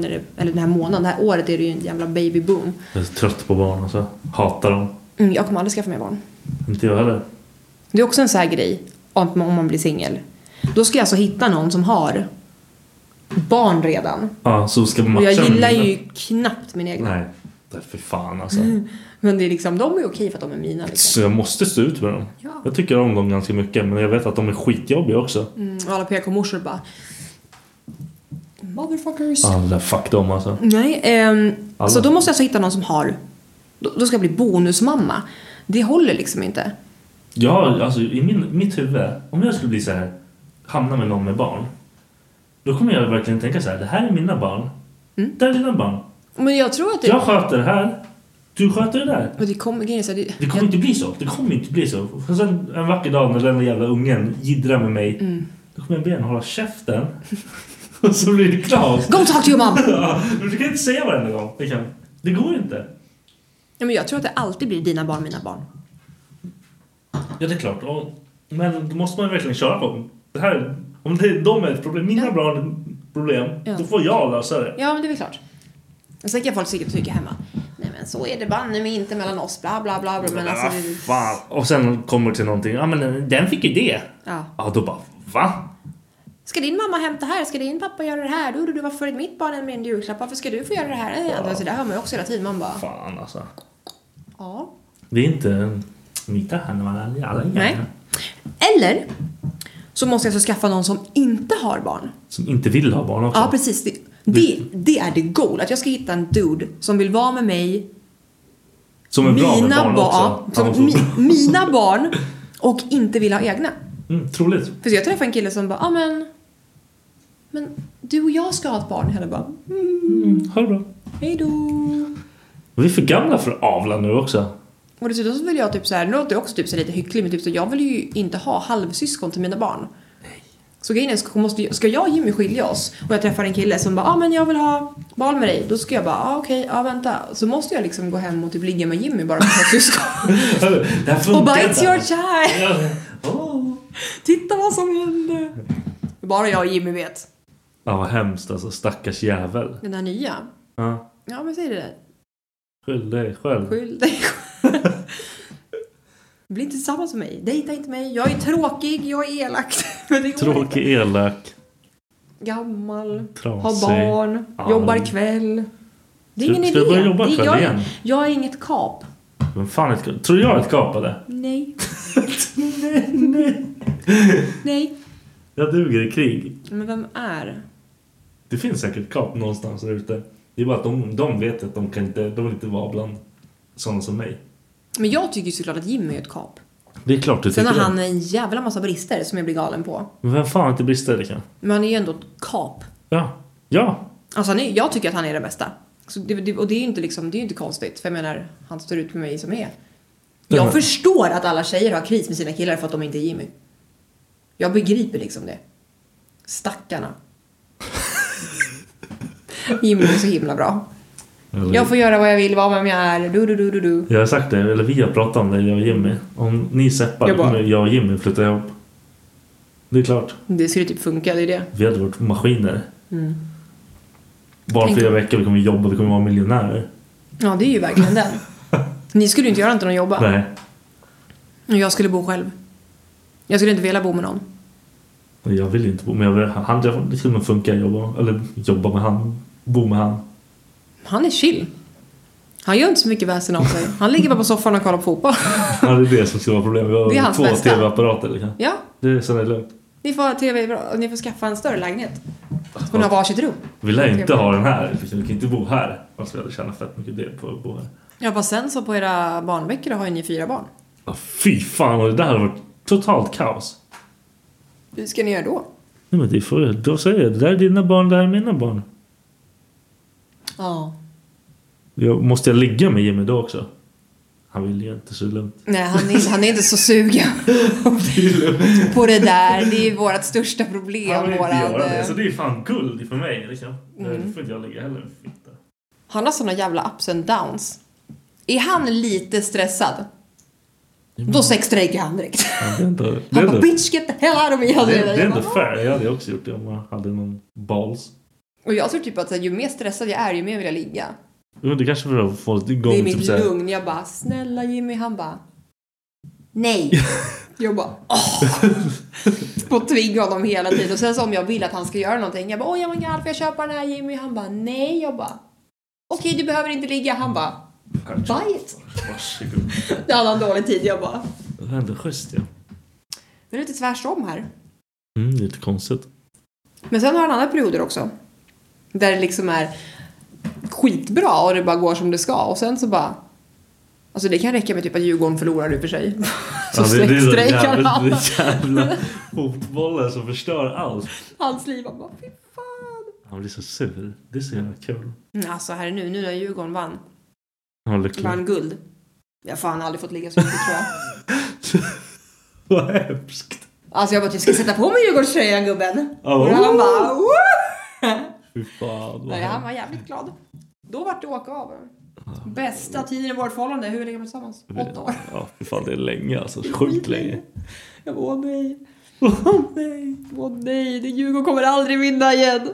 [SPEAKER 13] här året är det ju en jävla baby boom.
[SPEAKER 10] Jag är så trött på barn alltså. Hatar dem.
[SPEAKER 13] Jag kommer aldrig skaffa mer barn.
[SPEAKER 10] Inte jag heller.
[SPEAKER 13] Det är också en sån här grej om man blir singel. Då ska jag alltså hitta någon som har barn redan.
[SPEAKER 10] Ja, så ska man
[SPEAKER 13] matcha. Jag gillar ju knappt min egna.
[SPEAKER 10] Nej, det är för fan alltså.
[SPEAKER 13] Men det är liksom, de är okej för att de är mina liksom.
[SPEAKER 10] Så jag måste stå ut med dem. Ja. Jag tycker om dem ganska mycket, men jag vet att de är skitjobbiga också.
[SPEAKER 13] Och alla PK-morsor bara motherfuckers.
[SPEAKER 10] Fuck dem alltså.
[SPEAKER 13] Nej, så då måste jag så hitta någon som har. Då ska jag bli bonusmamma. Det håller liksom inte.
[SPEAKER 10] Ja, alltså i mitt huvud, om jag skulle bli så här, hamna med någon med barn, då kommer jag verkligen tänka så här: det här är mina barn. Det är dina barn.
[SPEAKER 13] Men jag tror att
[SPEAKER 10] jag sköter det här. Du sköter det där.
[SPEAKER 13] Men det kommer
[SPEAKER 10] inte bli så. Det kommer inte bli så. Och sen en vacker dag när den jävla ungen jiddrar med mig, då kommer jag be henne hålla käften. Och så blir det klart.
[SPEAKER 13] Go talk to your mom.
[SPEAKER 10] Men du kan inte säga varenda gång. Det går inte.
[SPEAKER 13] Ja, men jag tror att det alltid blir dina barn, mina barn.
[SPEAKER 10] Ja, det är klart. Men då måste man verkligen köra på. Det här, om de är ett problem, mina barn är ett problem, då får jag lösa det.
[SPEAKER 13] Ja, men det är väl klart. Och sen kan folk säkert tycka hemma, nej men så är det banne mig inte mellan oss, bla bla bla. Men alltså,
[SPEAKER 10] fan. Och sen kommer till någonting, men den fick ju det. Ja, då bara, va?
[SPEAKER 13] Ska din mamma hämta här? Ska din pappa göra det här? Du varför är mitt barn med en julklapp? Varför ska du få göra det här? Alltså, det hör man ju också hela tiden. Man bara...
[SPEAKER 10] Fan alltså.
[SPEAKER 13] Ja.
[SPEAKER 10] Det är inte mitt här när man är alla.
[SPEAKER 13] Nej. Eller så måste jag så skaffa någon som inte har barn.
[SPEAKER 10] Som inte vill ha barn också.
[SPEAKER 13] Ja, precis. Det är det goal. Att jag ska hitta en dude som vill vara med mig.
[SPEAKER 10] Som är bra med barn också.
[SPEAKER 13] Mina barn och inte vill ha egna.
[SPEAKER 10] Troligt.
[SPEAKER 13] För jag träffade en kille som bara, men du och jag ska ha ett barn. Eller bara,
[SPEAKER 10] ha det bra.
[SPEAKER 13] Hej då.
[SPEAKER 10] Vi är för gamla för att avla nu också.
[SPEAKER 13] Och dessutom så vill jag typ så här, nu låter jag också typ så lite hycklig, men typ så jag vill ju inte ha halvsyskon till mina barn.
[SPEAKER 10] Nej.
[SPEAKER 13] Så grejen är, ska jag och Jimmy skilja oss och jag träffar en kille som bara, men jag vill ha barn med dig. Då ska jag bara, okej, vänta. Så måste jag liksom gå hem och typ ligga med Jimmy bara för att syskon. Och bara, it's your child. Titta vad som hände. Bara jag och Jimmy vet.
[SPEAKER 10] Ja, vad hemskt alltså, stackars jävel.
[SPEAKER 13] Den där nya.
[SPEAKER 10] Ja.
[SPEAKER 13] Ja, men säg det där.
[SPEAKER 10] Skyll dig själv.
[SPEAKER 13] Bli inte tillsammans med mig. Dejta inte mig. Jag är tråkig, jag är elak.
[SPEAKER 10] Tråkig, elak.
[SPEAKER 13] Gammal.
[SPEAKER 10] Trasig.
[SPEAKER 13] Har barn. Jobbar kväll. Det är ingen idé.
[SPEAKER 10] Ska du börja jobba kväll igen?
[SPEAKER 13] Jag är inget kap.
[SPEAKER 10] Men fan, tror jag ett kapade?
[SPEAKER 13] Nej. Nej.
[SPEAKER 10] Jag duger i krig.
[SPEAKER 13] Men vem är?
[SPEAKER 10] Det finns säkert kap någonstans där ute. Det är bara att de vet att de vill inte vara bland sådana som mig.
[SPEAKER 13] Men jag tycker ju såklart att Jimmy är ett kap.
[SPEAKER 10] Det är klart du tycker det.
[SPEAKER 13] Sen har han en jävla massa brister som jag blir galen på.
[SPEAKER 10] Men vem fan inte brister det kan?
[SPEAKER 13] Men han är ju ändå ett kap.
[SPEAKER 10] Ja.
[SPEAKER 13] Alltså jag tycker att han är det bästa. Så och det är ju inte liksom, det är ju inte konstigt. För jag menar, han står ut med mig som är. Jag förstår att alla tjejer har kris med sina killar för att de inte är Jimmy. Jag begriper liksom det. Stackarna. Jimmy är så himla bra. Jag får göra vad jag vill, vara vem jag är. Du.
[SPEAKER 10] Jag har sagt det, eller vi har pratat om det, jag och Jimmy. Om ni seppar, kommer jag och Jimmy flytta ihop. Det är klart.
[SPEAKER 13] Det skulle typ funka, det är det.
[SPEAKER 10] Vi hade varit maskiner. Bara 4 veckor, vi kommer jobba, vi kommer vara miljonärer.
[SPEAKER 13] Ja, det är ju verkligen den. Ni skulle inte göra något att jobba.
[SPEAKER 10] Nej.
[SPEAKER 13] Jag skulle bo själv. Jag skulle inte vilja bo med någon.
[SPEAKER 10] Jag vill inte bo med han. Det skulle nog funka jobba med han. Bo med han.
[SPEAKER 13] Han är chill. Han gör inte så mycket väsen av sig. Han ligger bara på soffan och kollar på fotboll.
[SPEAKER 10] Ja, det är det som ska vara problemet. Vi har 2 tv-apparater. Liksom.
[SPEAKER 13] Ja.
[SPEAKER 10] Det är så det är lugnt.
[SPEAKER 13] Ni får skaffa en större lägenhet. Så ni har varsitt rum.
[SPEAKER 10] Vi lär inte ha den här. Vi kan inte bo här. Fast vi hade tjänat fett mycket det på att bo här.
[SPEAKER 13] Ja, vad sen så på era barnveckor har ni 4 barn.
[SPEAKER 10] Ja, fy fan. Och det där har varit totalt kaos.
[SPEAKER 13] Hur ska ni göra då?
[SPEAKER 10] Nej, men då säger jag, det där är dina barn, det här är mina barn.
[SPEAKER 13] Ja.
[SPEAKER 10] Måste jag ligga med Jimmy då också? Han vill ju inte så lugnt.
[SPEAKER 13] Nej, han är inte så sugen på det där. Det är vårt största problem.
[SPEAKER 10] Han vill inte göra det, så det är fan guld för mig. Liksom. Får inte jag ligga heller.
[SPEAKER 13] Han har såna jävla ups and downs. Är han lite stressad? Då sexstrejkar han direkt.
[SPEAKER 10] Ja,
[SPEAKER 13] han bara, bitch, get the hell out of me.
[SPEAKER 10] Det är inte fair. Jag hade också gjort det om jag hade någon balls.
[SPEAKER 13] Och jag tror typ att ju mer stressad jag är, ju mer vill jag ligga.
[SPEAKER 10] Det kanske för att få lite igång.
[SPEAKER 13] Det är mitt lugn. Jag bara, snälla Jimmy. Han bara, nej. Jag bara, får tvinga honom hela tiden. Och sen så om jag vill att han ska göra någonting, jag bara, jag vill jag köpa den här Jimmy. Han bara, nej. Jag bara, okej, du behöver inte ligga. Han bara, buy it.
[SPEAKER 10] Varsågod.
[SPEAKER 13] Det hade en dålig tid, jag bara.
[SPEAKER 10] Det är ändå schysst, ja.
[SPEAKER 13] Det är lite tvärsom här.
[SPEAKER 10] Lite konstigt.
[SPEAKER 13] Men sen har han andra perioder också. Där det liksom är skitbra och det bara går som det ska. Och sen så bara, alltså det kan räcka med typ att Djurgården förlorar i för sig. Så
[SPEAKER 10] det är
[SPEAKER 13] jävla
[SPEAKER 10] fotbollen som förstör allt.
[SPEAKER 13] Hans liv, han bara, fy fan.
[SPEAKER 10] Han blir så sur. Det är så jävla kul.
[SPEAKER 13] Alltså här nu när Djurgården vann guld. Jag har fan aldrig fått ligga så mycket, tror jag.
[SPEAKER 10] Vad hemskt.
[SPEAKER 13] Alltså jag bara, du ska sätta på mig Djurgårdströjan, gubben.
[SPEAKER 10] Oh.
[SPEAKER 13] Och han bara,
[SPEAKER 10] fy fan.
[SPEAKER 13] Nej, han var jävligt glad. Då var det åka av. Bästa tiden i vårt förhållande. Hur länge var tillsammans? 8 år.
[SPEAKER 10] Ja, fy fan, det är länge alltså. Sjukt länge.
[SPEAKER 13] Jag bara, nej. Nej, det Djurgården kommer aldrig vinna igen.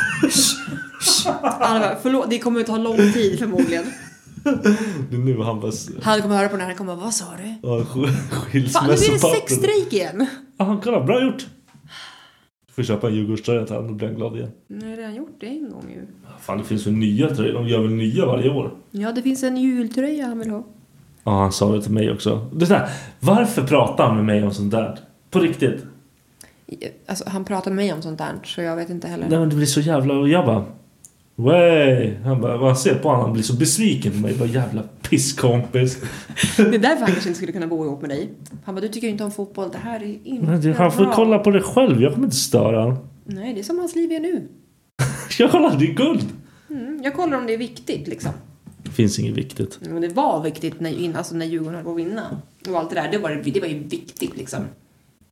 [SPEAKER 13] Han bara, förlåt, det kommer att ta lång tid förmodligen.
[SPEAKER 10] Det är nu han
[SPEAKER 13] kommer höra på när han kommer, vad sa du?
[SPEAKER 10] Ja, skilsmässa.
[SPEAKER 13] Fan, nu blir det sexstrejk igen.
[SPEAKER 10] Ja, kolla, bra gjort. Du får köpa en Djurgårdströja till han och bli glad igen.
[SPEAKER 13] Nej, det har han gjort det en gång ju.
[SPEAKER 10] Fan, det finns väl nya tröjor. De gör väl nya varje år.
[SPEAKER 13] Ja, det finns en jultröja han vill ha.
[SPEAKER 10] Ja, han sa det till mig också. Det där, varför pratar han med mig om sånt där? På riktigt.
[SPEAKER 13] Alltså, han pratar med mig om sånt där, så jag vet inte heller.
[SPEAKER 10] Nej, men det blir så jävla... Och jag bara... Way. Han bara, vad ser på honom? Han blir så besviken på mig. Bara jävla pisskompis.
[SPEAKER 13] Det är därför han kanske inte skulle kunna bo ihop med dig. Han bara, du tycker inte om fotboll. Det här är inte
[SPEAKER 10] han får kolla på det själv. Jag kommer inte störa han.
[SPEAKER 13] Nej, det är som hans liv är nu.
[SPEAKER 10] Jag kollar, det är guld.
[SPEAKER 13] Jag kollar om det är viktigt liksom.
[SPEAKER 10] Det finns inget viktigt.
[SPEAKER 13] Men det var viktigt när Djurgården höll på att vinna. Och allt det där, det var ju viktigt liksom.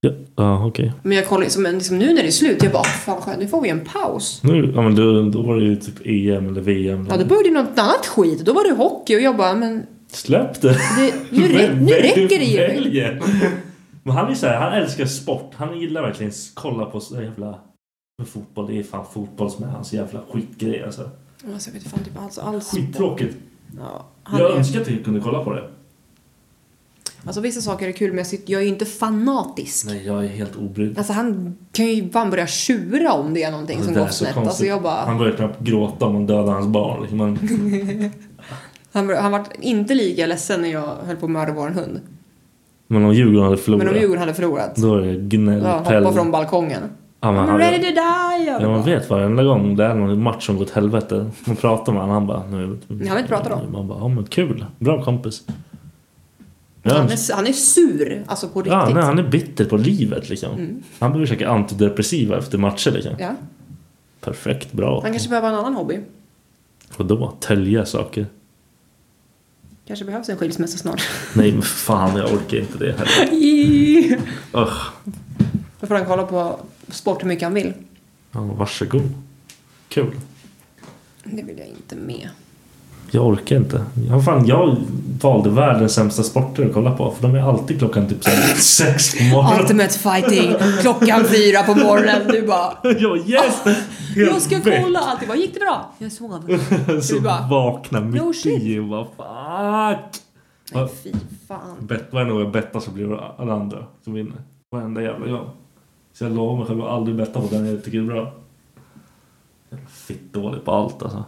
[SPEAKER 10] Ja, okej.
[SPEAKER 13] Men jag kollar liksom, nu när det är slut, jag bara, fan skönt, nu får vi en paus.
[SPEAKER 10] Nu, ja, men då var det ju typ EM eller VM.
[SPEAKER 13] Ja, då började det något annat skit. Då var det hockey och jag bara, men...
[SPEAKER 10] Släpp det.
[SPEAKER 13] Nu räcker det ju.
[SPEAKER 10] Men han är så här, han älskar sport. Han gillar verkligen kolla på så jävla fotboll. Det är fan fotboll som är hans jävla skitgrej alltså.
[SPEAKER 13] Alltså, jag vet fan typ alls
[SPEAKER 10] skittråkigt.
[SPEAKER 13] Ja,
[SPEAKER 10] jag önskar att jag kunde kolla på det.
[SPEAKER 13] Alltså vissa saker är kul, men jag är ju inte fanatisk.
[SPEAKER 10] Nej, jag är helt obrydd.
[SPEAKER 13] Alltså han kan ju bara börja tjura om det är någonting som går snett. Alltså, jag bara...
[SPEAKER 10] Han börjar knappt gråta om man dödar hans barn. Liksom.
[SPEAKER 13] Han var inte lika ledsen när jag höll på att mörda vår hund.
[SPEAKER 10] Men om Djurgården hade förlorat. Då är det gnällpäll.
[SPEAKER 13] Hoppa från balkongen.
[SPEAKER 10] Ja,
[SPEAKER 13] I'm ready to die.
[SPEAKER 10] Ja, man vet varenda gång det är någon match som går åt helvete. Man pratar med han bara... Nu,
[SPEAKER 13] jag vill inte prata då.
[SPEAKER 10] Man bara, ja men kul. Bra kompis.
[SPEAKER 13] Han är sur, alltså på riktigt.
[SPEAKER 10] Ja, nej, han är bitter på livet liksom. Han behöver käka antidepressiva efter matcher liksom.
[SPEAKER 13] Ja.
[SPEAKER 10] Perfekt, bra.
[SPEAKER 13] Han kanske behöver en annan hobby.
[SPEAKER 10] Och då tälja saker.
[SPEAKER 13] Kanske behövs en skilsmässa snart.
[SPEAKER 10] Nej, men fan, jag orkar inte det heller.
[SPEAKER 13] Då får han kolla på sport hur mycket han vill.
[SPEAKER 10] Ja, varsågod. Kul.
[SPEAKER 13] Det vill jag inte med.
[SPEAKER 10] Jag orkar inte. Jag valde världens sämsta sporter att kolla på. För de är alltid klockan typ 6 på morgonen.
[SPEAKER 13] Ultimate fighting. Klockan 4 på morgonen. Du bara...
[SPEAKER 10] Ja, yes!
[SPEAKER 13] Jag ska kolla allt. Vad gick det bra? Jag sov.
[SPEAKER 10] Så
[SPEAKER 13] bara,
[SPEAKER 10] vakna mitt i och bara fuck.
[SPEAKER 13] Nej, fy fan.
[SPEAKER 10] Varje gång jag bettar så blir det alla andra som vinner. Varenda jävla gång. Så jag lovar mig själv att aldrig betta på den jag tycker är bra. Jag är fitt dålig på allt alltså.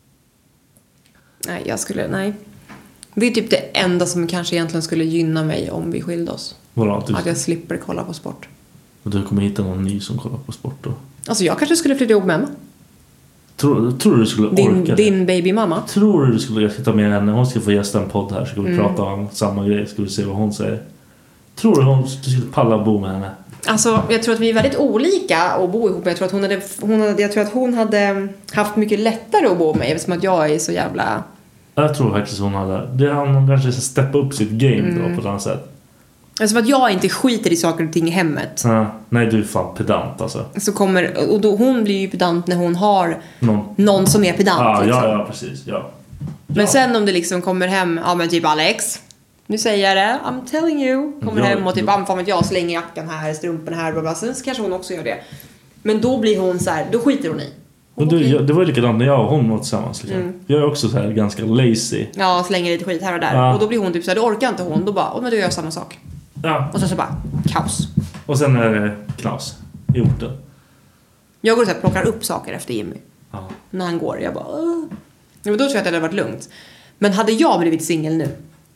[SPEAKER 13] Nej. Det är typ det enda som kanske egentligen skulle gynna mig om vi skilde oss.
[SPEAKER 10] Vadå?
[SPEAKER 13] Att jag slipper kolla på sport.
[SPEAKER 10] Och du kommer hitta någon ny som kollar på sport då?
[SPEAKER 13] Alltså jag kanske skulle flytta ihop med Emma.
[SPEAKER 10] Tror du skulle orka
[SPEAKER 13] din babymamma?
[SPEAKER 10] Tror du skulle hitta med henne? Hon ska få gästa en podd här. Ska vi prata om samma grej. Ska vi se vad hon säger. Tror du du skulle palla bo med henne?
[SPEAKER 13] Alltså jag tror att vi är väldigt olika att bo ihop. Jag tror att hon hade haft mycket lättare att bo med. Eftersom att jag är så jävla...
[SPEAKER 10] Jag tror faktiskt hon hade... Han kanske ska steppa upp sitt game då på ett annat sätt.
[SPEAKER 13] Alltså att jag inte skiter i saker och ting i hemmet.
[SPEAKER 10] Nej, du är fan pedant alltså.
[SPEAKER 13] Så kommer... Och då, hon blir ju pedant när hon har någon som är pedant. Liksom.
[SPEAKER 10] Ja, precis. Ja.
[SPEAKER 13] Men sen om det liksom kommer hem... Ja, men typ Alex... Nu säger jag det, I'm telling you. Kommer hem och typ, fan vet jag, slänger jackan här, strumpen här, bla bla. Sen kanske hon också gör det. Men då blir hon så här, då skiter hon i.
[SPEAKER 10] Det var ju likadant när jag och hon var tillsammans liksom. Jag är också så här ganska lazy.
[SPEAKER 13] Ja, slänger lite skit här och där. Ja. Och då blir hon typ så här, då orkar inte hon. Då bara, men då gör jag samma sak.
[SPEAKER 10] Ja.
[SPEAKER 13] Och så bara, kaos.
[SPEAKER 10] Och sen är det knas i orten.
[SPEAKER 13] Jag går och så här, plockar upp saker efter Jimmy.
[SPEAKER 10] Ja.
[SPEAKER 13] När han går, jag bara, ja, men då tror jag att det hade varit lugnt. Men hade jag blivit singel nu,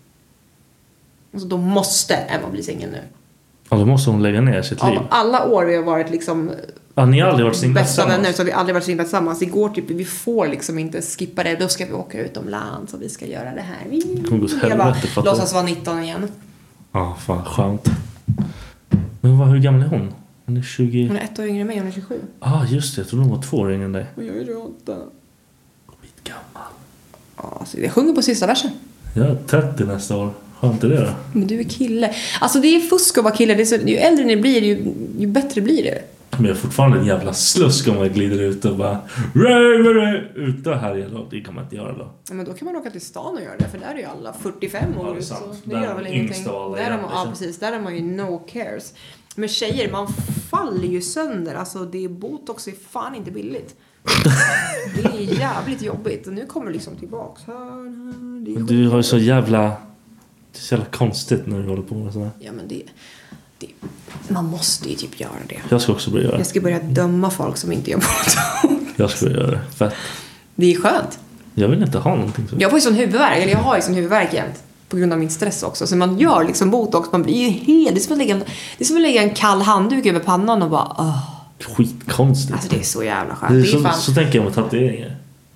[SPEAKER 13] alltså då måste Emma bli singel nu.
[SPEAKER 10] Ja, då måste hon lägga ner sitt liv.
[SPEAKER 13] Alla år vi har varit liksom...
[SPEAKER 10] Ja, ni har aldrig varit singlar
[SPEAKER 13] bästa vänner, så har vi aldrig varit singlar tillsammans. Igår typ, vi får liksom inte skippa det. Då ska vi åka utomlands och vi ska göra det här. Jag bara låtsas vara 19 igen.
[SPEAKER 10] Ja, fan skönt. Men hur gammal är hon? Hon är 20...
[SPEAKER 13] Hon är 1 år yngre än mig, hon är 27.
[SPEAKER 10] Just det, jag trodde hon var 2 år yngre än dig.
[SPEAKER 13] Och jag är 28.
[SPEAKER 10] Skitgammal.
[SPEAKER 13] Ja, alltså jag sjunger på sista versen.
[SPEAKER 10] Jag är 30 nästa år. Skönt är det då?
[SPEAKER 13] Men du är kille. Alltså det är fusk att vara kille. Det är så, ju äldre ni blir, ju bättre blir det.
[SPEAKER 10] Men jag är fortfarande en jävla slusk om jag glider ut och bara ute här i då. Det kan man inte göra då.
[SPEAKER 13] Ja, men då kan man åka till stan och göra det. För där är ju alla 45 år ut. Så det gör väl ingenting. Ja, precis. Där är man ju no cares. Men tjejer, man faller ju sönder. Alltså det är botox är fan inte billigt. Det är jävligt jobbigt. Och nu kommer liksom tillbaks.
[SPEAKER 10] Du har ju så jävla... Det är så jävla konstigt när du håller på med sådär.
[SPEAKER 13] Ja, men det man måste ju typ göra det.
[SPEAKER 10] Jag ska också börja göra det.
[SPEAKER 13] Jag ska börja döma folk som inte gör botox.
[SPEAKER 10] Jag ska göra det. Fett.
[SPEAKER 13] Det är skönt.
[SPEAKER 12] Jag vill inte ha någonting så.
[SPEAKER 13] Jag får ju sån huvudvärk, eller jag har ju sån huvudvärk jämt på grund av min stress också. Så man gör liksom botox, man blir ju helt... Det är som att lägga en kall handduk över pannan och bara...
[SPEAKER 12] Skitkonstigt.
[SPEAKER 13] Alltså det är så jävla skönt.
[SPEAKER 12] Det är fan... så tänker jag med tatueringar.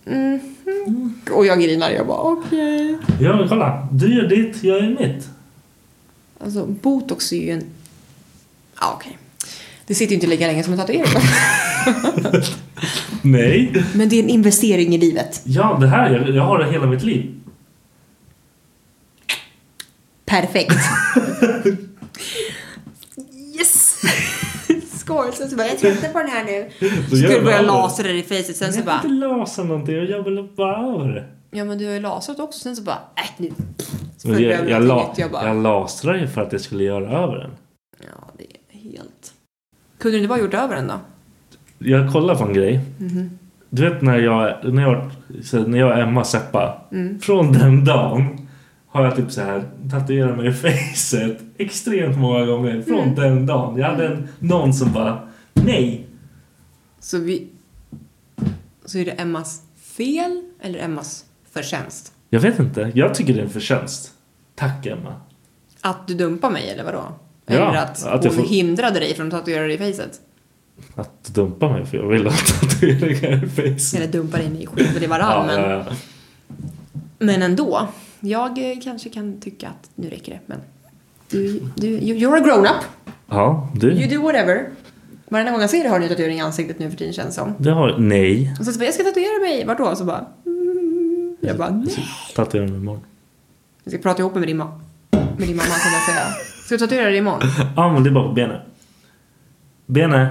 [SPEAKER 13] Och jag grinar, jag bara okej.
[SPEAKER 10] Ja, men kolla. Du gör ditt, jag gör mitt.
[SPEAKER 13] Alltså botox är ju en... Ja, okej. Det sitter ju inte lika länge som en tatuering.
[SPEAKER 10] Nej.
[SPEAKER 13] Men det är en investering i livet.
[SPEAKER 10] Ja, det här, jag har det hela mitt liv.
[SPEAKER 13] Perfekt. Yes. igår. Sen så bara, jag tittar på den här nu. Så skulle du börja lasra i facet. Sen så bara...
[SPEAKER 10] Jag vill inte lasra någonting. Jag vill bara över det.
[SPEAKER 13] Ja, men du har ju lasrat också. Sen så bara, nu.
[SPEAKER 10] Jag lasrar ju för att jag skulle göra över den.
[SPEAKER 13] Ja, det är helt... Kunde du inte bara gjort över den då?
[SPEAKER 10] Jag kollar på en grej. Du vet när jag och Emma seppa. Från den dagen har jag typ så här tatuerat mig i facet extremt många gånger. Från den dagen. Jag hade någon som bara, nej.
[SPEAKER 13] Så är det Emmas fel eller Emmas förtjänst?
[SPEAKER 10] Jag vet inte. Jag tycker det är en förtjänst. Tack, Emma.
[SPEAKER 13] Att du dumpar mig eller vadå?
[SPEAKER 10] Ja,
[SPEAKER 13] eller att hon hindrade dig från att tatuera dig i facet?
[SPEAKER 10] Att dumpa mig för jag vill ha tatueringar i facet.
[SPEAKER 13] Eller dumpa dig i skit i varann. Ja. Men ändå. Jag kanske kan tycka att nu räcker det. Men you're a grown up.
[SPEAKER 10] Ja, du.
[SPEAKER 13] You do whatever. Varje gång jag ser det har du en tatuering i ansiktet nu för tiden känns som.
[SPEAKER 10] Det har nej.
[SPEAKER 13] Och så jag ska tatuera mig. Vart då? Så bara... Jag bara, nej.
[SPEAKER 10] Tatuera mig imorgon.
[SPEAKER 13] Jag ska prata ihop med din mamma. Med din mamma kan jag säga. Ska du tatuera dig imorgon?
[SPEAKER 10] Ja, men det är bara på benet. Benet.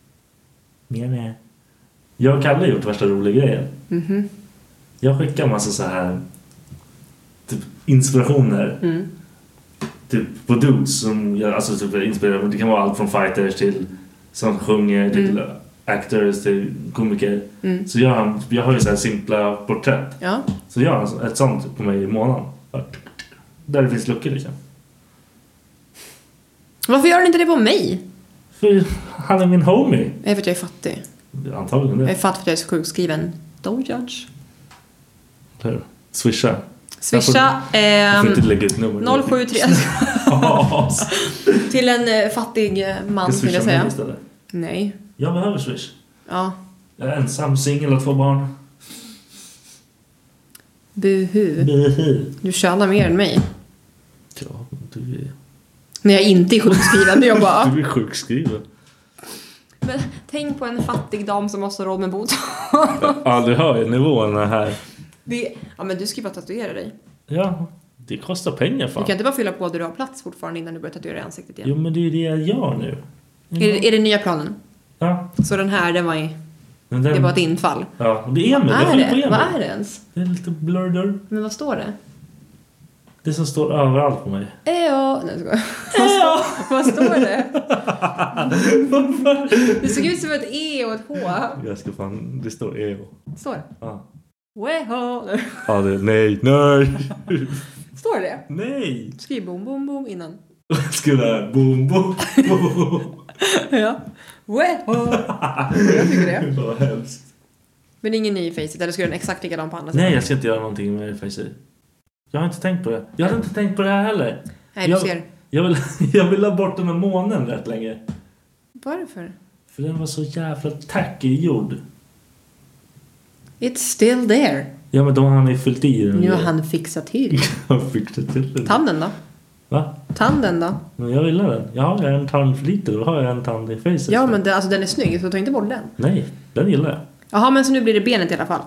[SPEAKER 10] Jag och Kalle har gjort värsta roliga grejer. Jag skickar massa så här typ inspirationer. Typ på dudes som jag, alltså typ inspirerar. Det kan vara allt från fighters till som sjunger till actors till komiker. Så jag har ju så här simpla porträtt.
[SPEAKER 13] Ja.
[SPEAKER 10] Så jag har ett sånt på mig i månaden. Där det finns luckor liksom.
[SPEAKER 13] Varför gör du inte det på mig?
[SPEAKER 10] För han är min homie.
[SPEAKER 13] Det är för att jag är fattig.
[SPEAKER 10] Antagligen det.
[SPEAKER 13] Jag är fattig för att jag är så sjukskriven. Don't judge.
[SPEAKER 10] Swisha.
[SPEAKER 13] Jag
[SPEAKER 10] får inte lägga ett nummer.
[SPEAKER 13] 073. Till en fattig man vill jag säga. Nej.
[SPEAKER 10] Jag behöver Swish.
[SPEAKER 13] Ja.
[SPEAKER 10] Jag är ensam, singel och 2 barn.
[SPEAKER 13] Buhu. Du tjänar mer än mig.
[SPEAKER 10] Ja, du är...
[SPEAKER 13] När jag inte är sjukskriven. Jag bara...
[SPEAKER 10] Du är sjukskriven.
[SPEAKER 13] Men tänk på en fattig dam som måste ha råd med bot.
[SPEAKER 10] Ja, du hör ju nivåerna här.
[SPEAKER 13] Ja, men du ska ju bara tatuera dig.
[SPEAKER 10] Ja, det kostar pengar fan.
[SPEAKER 13] Du kan inte bara fylla på där du har plats fortfarande innan du börjar tatuera i ansiktet igen.
[SPEAKER 10] Jo, men det är det jag gör nu.
[SPEAKER 13] Är det nya planen?
[SPEAKER 10] Ja.
[SPEAKER 13] Så den här, den var det var ett infall.
[SPEAKER 10] Ja, det är Emil.
[SPEAKER 13] Vad är det ens?
[SPEAKER 10] Det är lite blurred.
[SPEAKER 13] Men vad står det?
[SPEAKER 10] Det som står överallt på mig.
[SPEAKER 13] Nej, vad står det? Det såg ut som ett E och ett H.
[SPEAKER 10] Jag ska fan, det står E och.
[SPEAKER 13] Står det?
[SPEAKER 10] Ja.
[SPEAKER 13] Weho.
[SPEAKER 10] Ja, nej.
[SPEAKER 13] Står det?
[SPEAKER 10] Nej.
[SPEAKER 13] Skriv boom, boom, boom innan.
[SPEAKER 10] Skulle boom, boom, boom.
[SPEAKER 13] Ja. Weho. Jag tycker det.
[SPEAKER 10] Vad hemskt.
[SPEAKER 13] Men ingen ny facet, eller skulle den exakt likadan på andra sidan?
[SPEAKER 10] Nej, jag ska inte göra någonting med facet. Jag har inte tänkt på det. Jag hade inte tänkt på det här heller.
[SPEAKER 13] Nej, du ser.
[SPEAKER 10] Jag vill ha bort den här månen rätt länge.
[SPEAKER 13] Varför?
[SPEAKER 10] För den var så jävla tacky gjord.
[SPEAKER 13] It's still there.
[SPEAKER 10] Ja, men då har han ju fyllt i den.
[SPEAKER 13] Nu har han fixat till.
[SPEAKER 10] Han fixat till den.
[SPEAKER 13] Tanden då?
[SPEAKER 10] Va?
[SPEAKER 13] Tanden då?
[SPEAKER 10] Men jag vill ha den. Jag har en tand för lite. Då har jag en tand i facet.
[SPEAKER 13] Ja, men alltså, den är snygg. Så ta inte bort den.
[SPEAKER 10] Nej, den gillar jag.
[SPEAKER 13] Jaha, men så nu blir det benet i alla fall.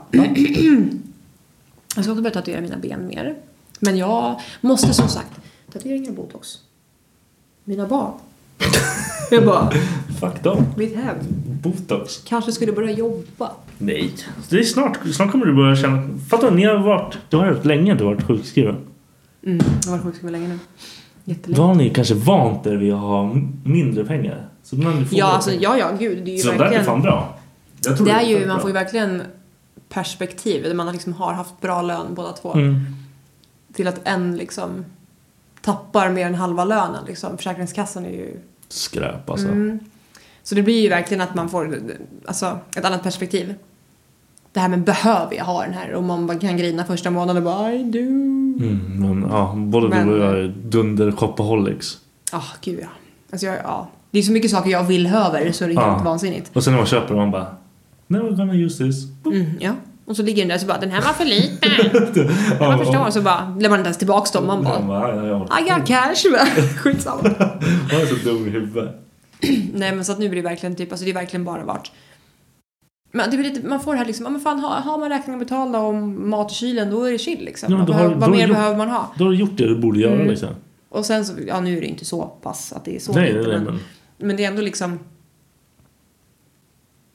[SPEAKER 13] Jag ska också börja tatuera mina ben mer. Men jag måste som sagt tatueringar och botox. Mina barn. Jag bara...
[SPEAKER 10] Fuck dem.
[SPEAKER 13] Mitt hem.
[SPEAKER 10] Botox.
[SPEAKER 13] Kanske skulle börja jobba.
[SPEAKER 10] Nej. Det är snart kommer du börja känna... Fattar ni har varit... Du har varit länge du har varit sjukskriven.
[SPEAKER 13] Jag har varit sjukskriven länge nu. Jättelänge.
[SPEAKER 10] Då har ni kanske vant er vid att ha mindre pengar. Så när ni får
[SPEAKER 13] gud. Det är ju
[SPEAKER 10] så
[SPEAKER 13] verkligen...
[SPEAKER 10] det är fan bra. Jag tror
[SPEAKER 13] det är ju, man får ju verkligen perspektiv. Man har liksom haft bra lön båda två. Till att en liksom tappar mer än halva lönen. Liksom. Försäkringskassan är ju...
[SPEAKER 10] skräp alltså.
[SPEAKER 13] Så det blir ju verkligen att man får alltså, ett annat perspektiv. Det här med behöver jag ha den här? Och man bara kan grina första månaden och bara I do.
[SPEAKER 10] Men ja, både du och jag är dunder shopaholics.
[SPEAKER 13] Gud ja. Alltså det är så mycket saker jag vill höver så det är helt vansinnigt.
[SPEAKER 10] Och sen när man köper man bara never gonna use this.
[SPEAKER 13] Ja. Och så ligger den där så bara den här var för liten. Man förstår så bara lämnar man inte ens tillbaks dem. Man bara I got cash. Skitsamma.
[SPEAKER 10] Man är så dum i huvudet.
[SPEAKER 13] Nej, men så att nu blir det verkligen typ, alltså det är verkligen bara vart. Men det blir lite, man får det här liksom, men fan har man räkningar betalda om mat i kylen, då är det chill liksom.
[SPEAKER 10] Ja,
[SPEAKER 13] vad mer behöver man ha?
[SPEAKER 10] Då har du gjort det du borde göra liksom.
[SPEAKER 13] Och sen så, nu är det inte så pass att det är så
[SPEAKER 10] nej,
[SPEAKER 13] men det är ändå liksom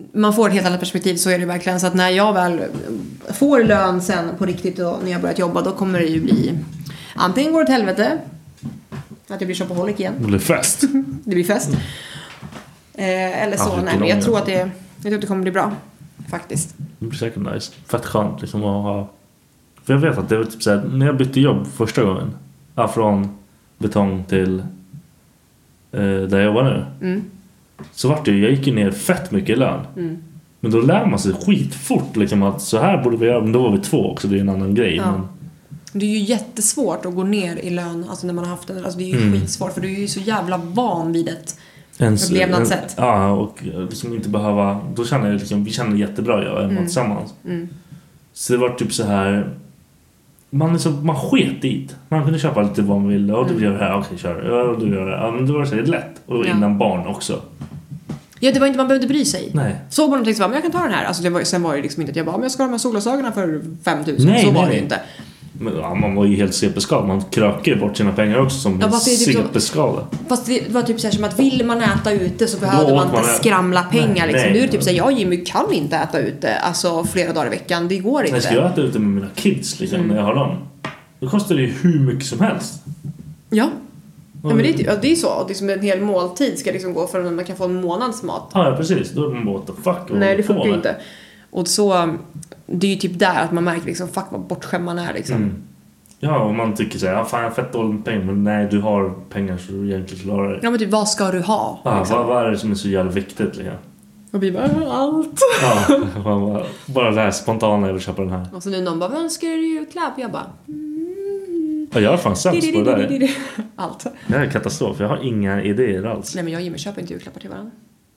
[SPEAKER 13] man får ett helt annat perspektiv, så är det verkligen. Så att när jag väl får lön sen på riktigt och när jag börjat jobba, då kommer det ju bli antingen går det åt helvete, att jag blir shopaholic igen.
[SPEAKER 10] Det blir fest.
[SPEAKER 13] Det blir fest. Eller så. Nej, men jag tror att det kommer bli bra. Faktiskt.
[SPEAKER 10] Det blir säkert nice. Fett skönt liksom att ha. För jag vet att det var typ såhär, när jag bytte jobb första gången. Från betong till där jag jobbar nu. Så vart det, jag gick ju ner fett mycket i lön. Men då lär man sig skitfort liksom, att så här borde vi göra. Men då var vi 2 också, det är en annan grej.
[SPEAKER 13] Ja.
[SPEAKER 10] Men
[SPEAKER 13] det är ju jättesvårt att gå ner i lön, alltså när man har haft det. Alltså det är ju skitsvårt, för du är ju så jävla van vid ett levnadssätt.
[SPEAKER 10] Ja, och liksom inte behöva. Då känner jag liksom, vi känner jättebra jag och tillsammans. Så det var typ så här. Man sket dit. Man kunde köpa lite vad man ville. Och du gör det här, okej, kör. Ja, du gör det. Ja, men det var så lätt. Och innan barn också.
[SPEAKER 13] Ja, det var inte, man behövde bry sig.
[SPEAKER 10] Nej.
[SPEAKER 13] Så var de tänkte, men jag kan ta den här. Alltså sen var det liksom inte att jag bara, men jag ska ha de här solglasögonen för 5 000. Så var det ju inte.
[SPEAKER 10] Men, man var ju helt CP-skadad. Man kröker bort sina pengar också som CP-skada.
[SPEAKER 13] Fast det var typ så här som att vill man äta ute så behövde man inte skramla pengar. Liksom. Nu är det typ så här, jag och Jimmy kan inte äta ute alltså flera dagar i veckan. Det går inte.
[SPEAKER 10] Jag ska äta ute med mina kids liksom, när jag har dem. Då kostar det ju hur mycket som helst.
[SPEAKER 13] Ja. Ja, men det är så. Det är som en hel måltid ska liksom gå för att man kan få en månads mat.
[SPEAKER 10] Ja, precis. Då är man what the fuck.
[SPEAKER 13] Nej, det funkar ju inte. Och så, det är ju typ där att man märker liksom, fuck vad bortskämd man är liksom.
[SPEAKER 10] Ja, och man tycker så här, fan jag har fett dåligt med pengar. Men nej, du har pengar så du egentligen klarar det.
[SPEAKER 13] Ja, men typ, vad ska du ha?
[SPEAKER 10] Ja,
[SPEAKER 13] liksom?
[SPEAKER 10] vad är det som är så jävla viktigt liksom?
[SPEAKER 13] Och vi bara, allt.
[SPEAKER 10] Ja, bara läs spontant jag vill köpa den här.
[SPEAKER 13] Och så nu någon bara, vad önskar du julklapp? Jag bara,
[SPEAKER 10] Ja, jag är fan sämst på det där.
[SPEAKER 13] Allt.
[SPEAKER 10] Det är katastrof, jag har inga idéer alls.
[SPEAKER 13] Nej, men jag och Jimmy köper inte julklappar till varandra.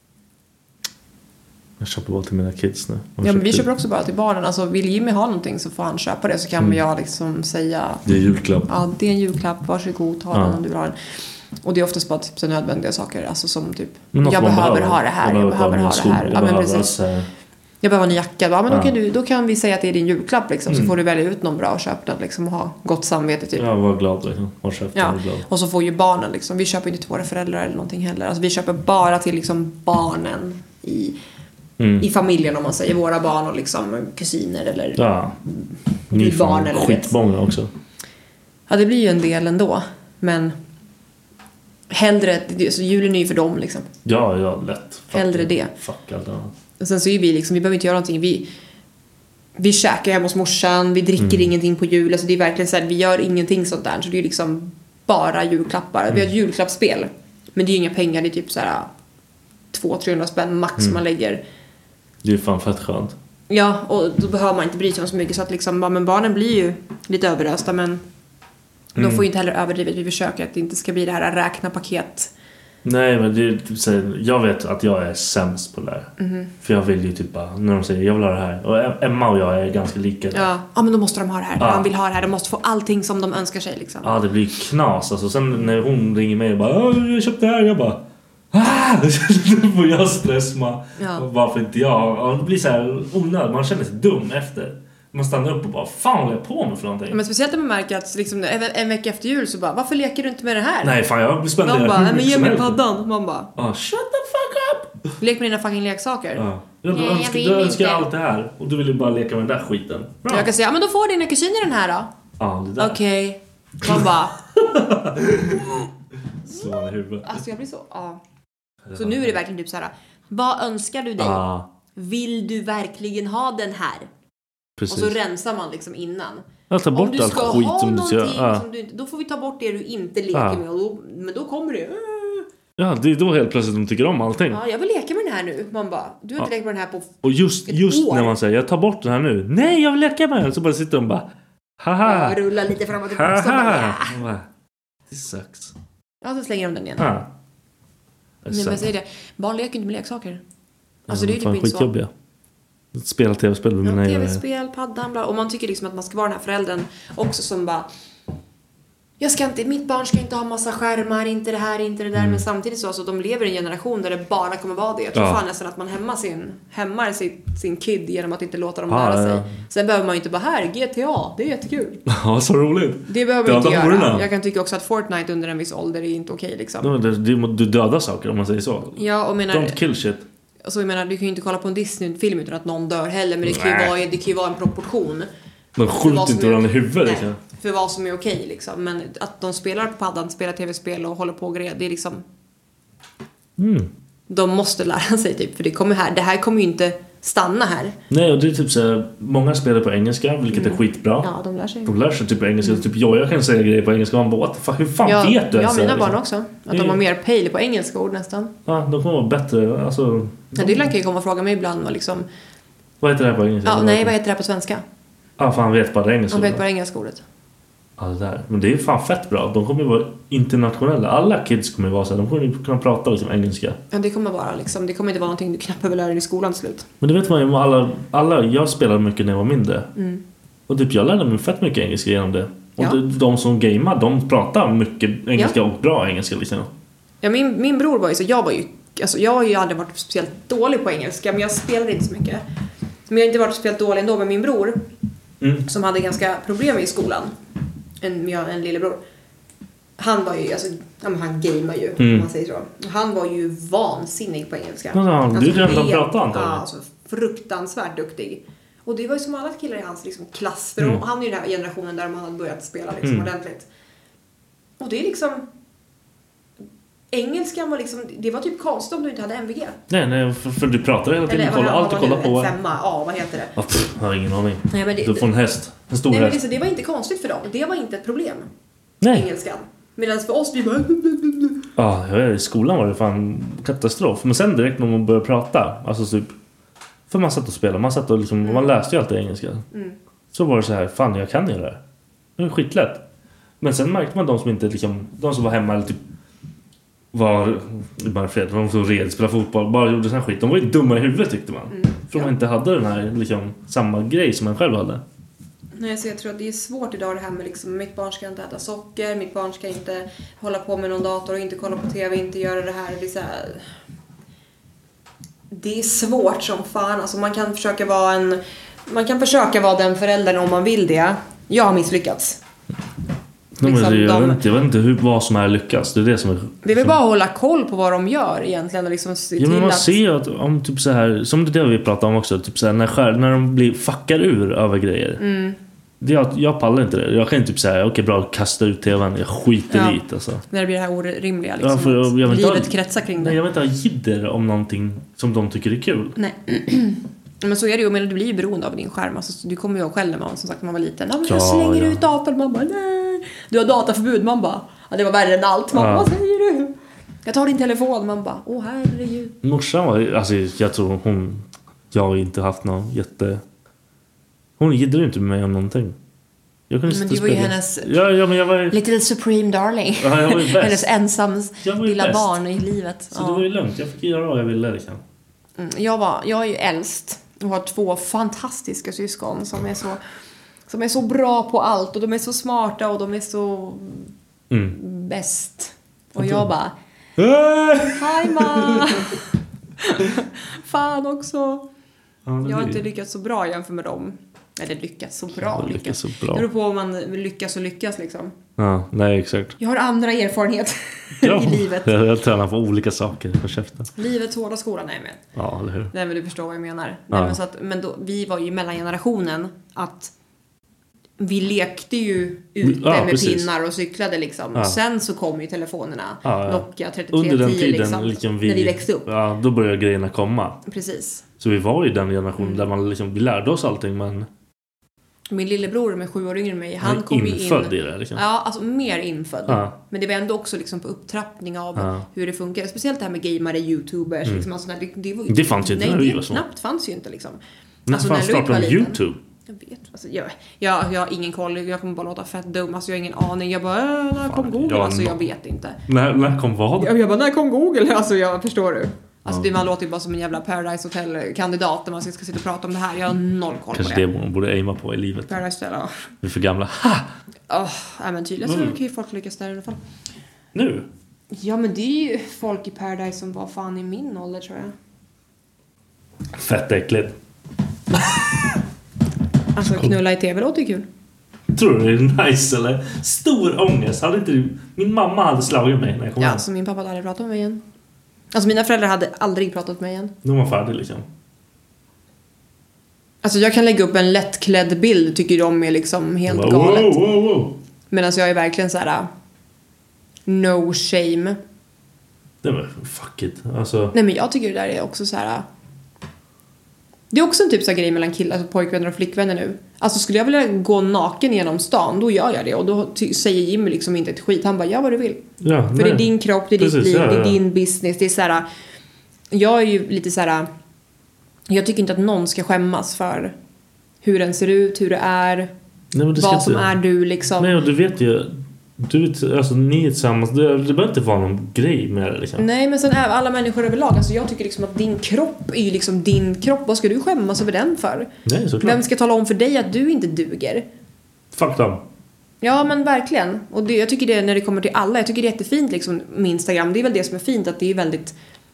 [SPEAKER 10] Jag köper bara till mina kids nu.
[SPEAKER 13] Ja, men vi köper också bara till barnen. Alltså vill Jimmy ha någonting så får han köpa det. Så kan jag liksom säga,
[SPEAKER 10] det är julklapp.
[SPEAKER 13] Ja, det är en julklapp, varsågod, ta den om du vill ha den. Och det är oftast bara typ så nödvändiga saker. Alltså som typ, jag behöver ha det här. Jag behöver ha det här. Ja, men precis. Jag behöver en jacka. Ja, men då kan vi säga att det är din julklapp liksom. Så får du välja ut någon bra och köpa den liksom, och ha gott samvete typ.
[SPEAKER 10] Ja, var glad liksom.
[SPEAKER 13] Och så får ju barnen liksom. Vi köper inte till våra föräldrar eller någonting heller. Alltså vi köper bara till liksom barnen i familjen, om man säger våra barn och liksom kusiner eller
[SPEAKER 10] ni
[SPEAKER 13] barn eller
[SPEAKER 10] skitmånga också.
[SPEAKER 13] Ja, det blir ju en del ändå, men hellre så julen är ju för dem liksom.
[SPEAKER 10] Ja, lätt.
[SPEAKER 13] Hellre det.
[SPEAKER 10] Fuck allt annat.
[SPEAKER 13] Och sen så är vi liksom, vi behöver inte göra någonting. Vi käkar hemma hos morsan, vi dricker ingenting på jul, alltså det är verkligen så här, vi gör ingenting sånt där, så det är liksom bara julklappar. Vi har ett julklappsspel, men det är ju inga pengar, det är typ så här 200-300 spänn max man lägger.
[SPEAKER 10] Det är fan fett skönt.
[SPEAKER 13] Ja, och då behöver man inte bry sig om så mycket, så att liksom, men barnen blir ju lite överösta, men de får ju inte heller överdrivet. Vi försöker att det inte ska bli det här räkna paket.
[SPEAKER 10] Nej, men det är, jag vet att jag är sämst på det där. För jag vill ju typ bara, när de säger jag vill ha det här. Och Emma och jag är ganska lika.
[SPEAKER 13] Ja, men då måste de ha det här. Han vill ha det här. De måste få allting som de önskar sig liksom.
[SPEAKER 10] Ja, det blir knas. Alltså, sen när hon ringer mig och bara, jag köpte det här. Jag bara, då får jag stress. Varför inte jag? Ja, det blir så här onödigt. Man känner sig dum efter. Man stannar upp och bara, fan håller jag på med för någonting?
[SPEAKER 13] Ja, men speciellt när man märker att liksom, en vecka efter jul så bara, varför leker du inte med det här?
[SPEAKER 10] Nej, fan jag spenderar
[SPEAKER 13] hur mycket men ge mig paddan. Man bara,
[SPEAKER 10] shut the fuck up!
[SPEAKER 13] Lek med dina fucking leksaker.
[SPEAKER 10] Ja. Du önskar allt det här. Och du vill ju bara leka med den där skiten. Bra.
[SPEAKER 13] Jag kan säga, men då får dina kusiner den här då.
[SPEAKER 10] Ja, det där.
[SPEAKER 13] Okej. Man bara
[SPEAKER 10] slå man i huvudet.
[SPEAKER 13] Alltså jag blir så, Så nu är det verkligen typ så här, vad önskar du dig? Vill du verkligen ha den här? Precis. Och så rensar man liksom innan.
[SPEAKER 10] Jag tar bort allt skit som du gör.
[SPEAKER 13] Då får vi ta bort det du inte leker med. Och men då kommer det.
[SPEAKER 10] Ja, det är då helt plötsligt de tycker om allting.
[SPEAKER 13] Ja, jag vill leka med den här nu. Man bara, du har inte lekt med den här på
[SPEAKER 10] och just när man säger, jag tar bort den här nu. Nej, jag vill leka med den. Så bara sitter de bara, haha.
[SPEAKER 13] Ja, rullar lite fram och tillbaka.
[SPEAKER 10] Det sucks.
[SPEAKER 13] Ja, så slänger de den igen.
[SPEAKER 10] Ja.
[SPEAKER 13] Nej, men säger det. Barn leker inte med leksaker. Alltså det är ju typ inte så.
[SPEAKER 10] Spela tv-spel med mina
[SPEAKER 13] tv-spel, paddan, bla. Och man tycker liksom att man ska vara den här föräldern också som bara, mitt barn ska inte ha massa skärmar, inte det här, inte det där. Men samtidigt så, alltså, de lever i en generation där det bara kommer vara det. Jag tror fan nästan att man hämmar sin kid genom att inte låta dem lära sig. Sen behöver man ju inte bara här, GTA, det är jättekul.
[SPEAKER 10] Ja, så roligt.
[SPEAKER 13] Det behöver vi inte göra. Jag kan tycka också att Fortnite under en viss ålder är inte okej liksom.
[SPEAKER 10] Du dödar saker om man säger så.
[SPEAKER 13] Ja, och menar,
[SPEAKER 10] don't kill shit.
[SPEAKER 13] Alltså jag menar, du kan ju inte kolla på en Disney-film utan att någon dör heller. Men det kan ju vara en proportion.
[SPEAKER 10] De skjuter inte varandra i huvudet liksom.
[SPEAKER 13] För vad som är okej liksom. Men att de spelar på paddan, spelar tv-spel och håller på och grejer, det är liksom... De måste lära sig typ. För det här kommer ju inte stanna här.
[SPEAKER 10] Nej, och det är typ såhär, många spelar på engelska, vilket är skitbra.
[SPEAKER 13] Ja, de lär sig.
[SPEAKER 10] De lär sig typ på engelska. Typ jag kan säga grejer på engelska. Man bara, hur fan vet du?
[SPEAKER 13] Ja, mina barn också. Att de har mer pejl på engelska ord nästan.
[SPEAKER 10] Ja, de kommer vara bättre. Alltså...
[SPEAKER 13] Dylan kan ju komma och fråga mig ibland vad liksom...
[SPEAKER 10] Vad heter det här på engelska?
[SPEAKER 13] Ja, nej, vad heter det här på svenska?
[SPEAKER 10] Ja, för han vet bara det engelska.
[SPEAKER 13] Han vet bara engelska ordet.
[SPEAKER 10] Ja, det där. Men det är fan fett bra. De kommer ju vara internationella. Alla kids kommer ju vara så här. De kommer ju kunna prata liksom engelska.
[SPEAKER 13] Ja, det kommer vara liksom. Det kommer inte vara någonting du knappt behöver lära dig i skolan till slut.
[SPEAKER 10] Men det vet man ju. Alla jag spelade mycket när jag var mindre. Och typ jag lärde mig fett mycket engelska genom det. Och de som gamear, de pratar mycket engelska och bra engelska liksom. Ja,
[SPEAKER 13] min bror var ju så... Jag har ju aldrig varit speciellt dålig på engelska. Men jag spelade inte så mycket. Men jag har inte varit speciellt dålig ändå med min bror. Som hade ganska problem i skolan. En lillebror. Han var ju, alltså, han gamear ju, om man säger så. Han var ju vansinnig på engelska.
[SPEAKER 10] Du drömde om att prata antagligen.
[SPEAKER 13] Ja, alltså fruktansvärt duktig. Och det var ju som alla killar i hans liksom, klass. För han är ju den här generationen där man hade börjat spela liksom, ordentligt. Och det är liksom... Engelskan var liksom... Det var typ konstigt om du inte hade MVG.
[SPEAKER 10] Nej, för du pratar hela tiden. Alltid kolla på...
[SPEAKER 13] En 5, vad heter det?
[SPEAKER 10] Jag har ingen aning.
[SPEAKER 13] Nej, men
[SPEAKER 10] du får en häst. En stor häst.
[SPEAKER 13] Men det var inte konstigt för dem. Det var inte ett problem.
[SPEAKER 10] Nej.
[SPEAKER 13] Engelskan. Medan för oss, vi bara...
[SPEAKER 10] Ja, i skolan var det fan katastrof. Men sen direkt när man började prata, alltså typ... För man satt och spelade. Man satt och liksom... Man läste ju alltid engelska. Så var det så här, fan jag kan ju det här. Det är skitlätt. Men sen märkte man de som inte liksom... De som var hemma eller typ... var bara fred, de som red, spelade fotboll, bara gjorde sån här skit. De var ju dumma i huvudet tyckte man. För de inte hade den här liksom, samma grej som man själv hade.
[SPEAKER 13] Nej, så jag tror att det är svårt idag det här med liksom, mitt barn ska inte äta socker, mitt barn ska inte hålla på med någon dator och inte kolla på tv, inte göra det här. Det är, så här... det är svårt som fan. Alltså, man kan försöka vara den föräldern om man vill det. Jag har misslyckats.
[SPEAKER 10] Liksom jag vet inte vad som är lyckas. Det är det som är...
[SPEAKER 13] Det är väl bara att hålla koll på vad de gör egentligen och liksom se till
[SPEAKER 10] men man
[SPEAKER 13] att...
[SPEAKER 10] ser att om typ så här, som det vi pratade om också, typ så här, när de blir fuckar ur över grejer. Jag pallar inte det. Jag kan inte typ säga okej bra, kasta ut tvn. Jag skiter dit alltså. När
[SPEAKER 13] det blir det här orimliga liksom, livet kretsar kring det.
[SPEAKER 10] Nej, jag vet inte jidder om någonting som de tycker är kul.
[SPEAKER 13] Nej. Men så är det ju, men du blir ju beroende av din skärm. Alltså, du kommer ju själv när man, som sagt, man var liten. Jag slänger ut datorn. Man bara, nej. Du har dataförbud. Man bara, det var värre än allt. Man bara, vad säger du? Jag tar din telefon. Man bara, herregud.
[SPEAKER 10] Morsan var, alltså jag tror jag har inte haft någon hon giddade ju inte med mig om någonting. Jag kunde
[SPEAKER 13] men du var ju hennes
[SPEAKER 10] men jag var...
[SPEAKER 13] little supreme darling.
[SPEAKER 10] Ja, jag var ju bäst.
[SPEAKER 13] Hennes ensam lilla
[SPEAKER 10] bäst.
[SPEAKER 13] Barn i livet.
[SPEAKER 10] Så det var ju lugnt. Jag fick göra vad jag ville liksom.
[SPEAKER 13] Jag är ju äldst och har 2 fantastiska syskon som är så bra på allt och de är så smarta och de är så bäst. Och jag bara hej ma. Fan också. Jag har inte lyckats så bra jämför med dem. Eller lyckats så bra. Det beror på om man lyckas och lyckas liksom.
[SPEAKER 10] Ja, nej exakt.
[SPEAKER 13] Jag har andra erfarenheter i livet.
[SPEAKER 10] Jag tränar på olika saker på käften.
[SPEAKER 13] Livets hårda skola, nej men.
[SPEAKER 10] Ja, eller hur?
[SPEAKER 13] Nej men du förstår vad jag menar. Nej, men så att, men då, vi var ju mellangenerationen att vi lekte ju ute med precis. Pinnar och cyklade liksom. Och sen så kom ju telefonerna. Nokia 3310
[SPEAKER 10] under den tiden liksom
[SPEAKER 13] när vi växte upp.
[SPEAKER 10] Ja, då började grejerna komma.
[SPEAKER 13] Precis.
[SPEAKER 10] Så vi var ju den generationen där man liksom, vi lärde oss allting men...
[SPEAKER 13] Min lillebror med 7 år yngre än mig, han kom ju in...
[SPEAKER 10] Infödd i det liksom.
[SPEAKER 13] Ja, alltså mer infödd. Men det var ändå också liksom på upptrappning av hur det funkar. Speciellt det här med gamare, youtubers. Liksom, alltså,
[SPEAKER 10] det fanns ju inte när vi var så.
[SPEAKER 13] Knappt fanns ju inte liksom.
[SPEAKER 10] När fan startade YouTube?
[SPEAKER 13] Jag vet. Alltså, jag har ingen koll. Jag kommer bara låta fett dum. Alltså, jag har ingen aning. Jag bara, när kom Google? Alltså, jag vet inte.
[SPEAKER 10] När kom vad?
[SPEAKER 13] Jag bara, när kom Google? Alltså, jag förstår du. Alltså, man låter ju bara som en jävla Paradise Hotel-kandidat när man ska sitta och prata om det här. Jag har noll koll
[SPEAKER 10] kanske
[SPEAKER 13] på det.
[SPEAKER 10] Kanske det man borde aima på i livet.
[SPEAKER 13] Paradise Hotel, ja.
[SPEAKER 10] Vi är för gamla.
[SPEAKER 13] Nej, men tydligen så kan ju folk lyckas där i alla fall.
[SPEAKER 10] Nu?
[SPEAKER 13] Ja, men det är ju folk i Paradise som var fan i min ålder, tror jag.
[SPEAKER 10] Fett äckligt.
[SPEAKER 13] Alltså, knulla i tv låter ju kul.
[SPEAKER 10] Tror du det är nice eller? Stor ångest. Hade inte du... Min mamma hade slagit mig när jag kom hem.
[SPEAKER 13] Så min pappa hade aldrig pratat med mig igen. Alltså mina föräldrar hade aldrig pratat med mig igen.
[SPEAKER 10] De var färdiga liksom.
[SPEAKER 13] Alltså jag kan lägga upp en lättklädd bild, tycker de är liksom helt galet.
[SPEAKER 10] Wow.
[SPEAKER 13] Medan jag är verkligen så här no shame.
[SPEAKER 10] Det var fuck it. Alltså...
[SPEAKER 13] Nej, men jag tycker det där är också så här. Det är också en typ så här grej mellan killar, alltså pojkvänner och flickvänner nu. Alltså skulle jag vilja gå naken genom stan, då gör jag det. Och då säger Jimmy liksom inte ett skit. Han bara, vad du vill.
[SPEAKER 10] Ja,
[SPEAKER 13] för det är din kropp, det är ditt liv, det är din business. Det är så här. Jag är ju lite så här. Jag tycker inte att någon ska skämmas för hur den ser ut, hur det är.
[SPEAKER 10] Nej, men
[SPEAKER 13] vad som är du liksom.
[SPEAKER 10] Nej, och du vet ju. Du vet, alltså ni är tillsammans. Det behöver inte vara någon grej med det liksom.
[SPEAKER 13] Nej, men sen är alla människor överlag. Alltså jag tycker liksom att din kropp är ju liksom din kropp. Vad ska du skämmas över den för?
[SPEAKER 10] Nej, såklart.
[SPEAKER 13] Vem ska tala om för dig att du inte duger?
[SPEAKER 10] Fuck dem.
[SPEAKER 13] Ja, men verkligen. Och det, jag tycker det när det kommer till alla. Jag tycker det är jättefint liksom med Instagram. Det är väl det som är fint, att det är väldigt.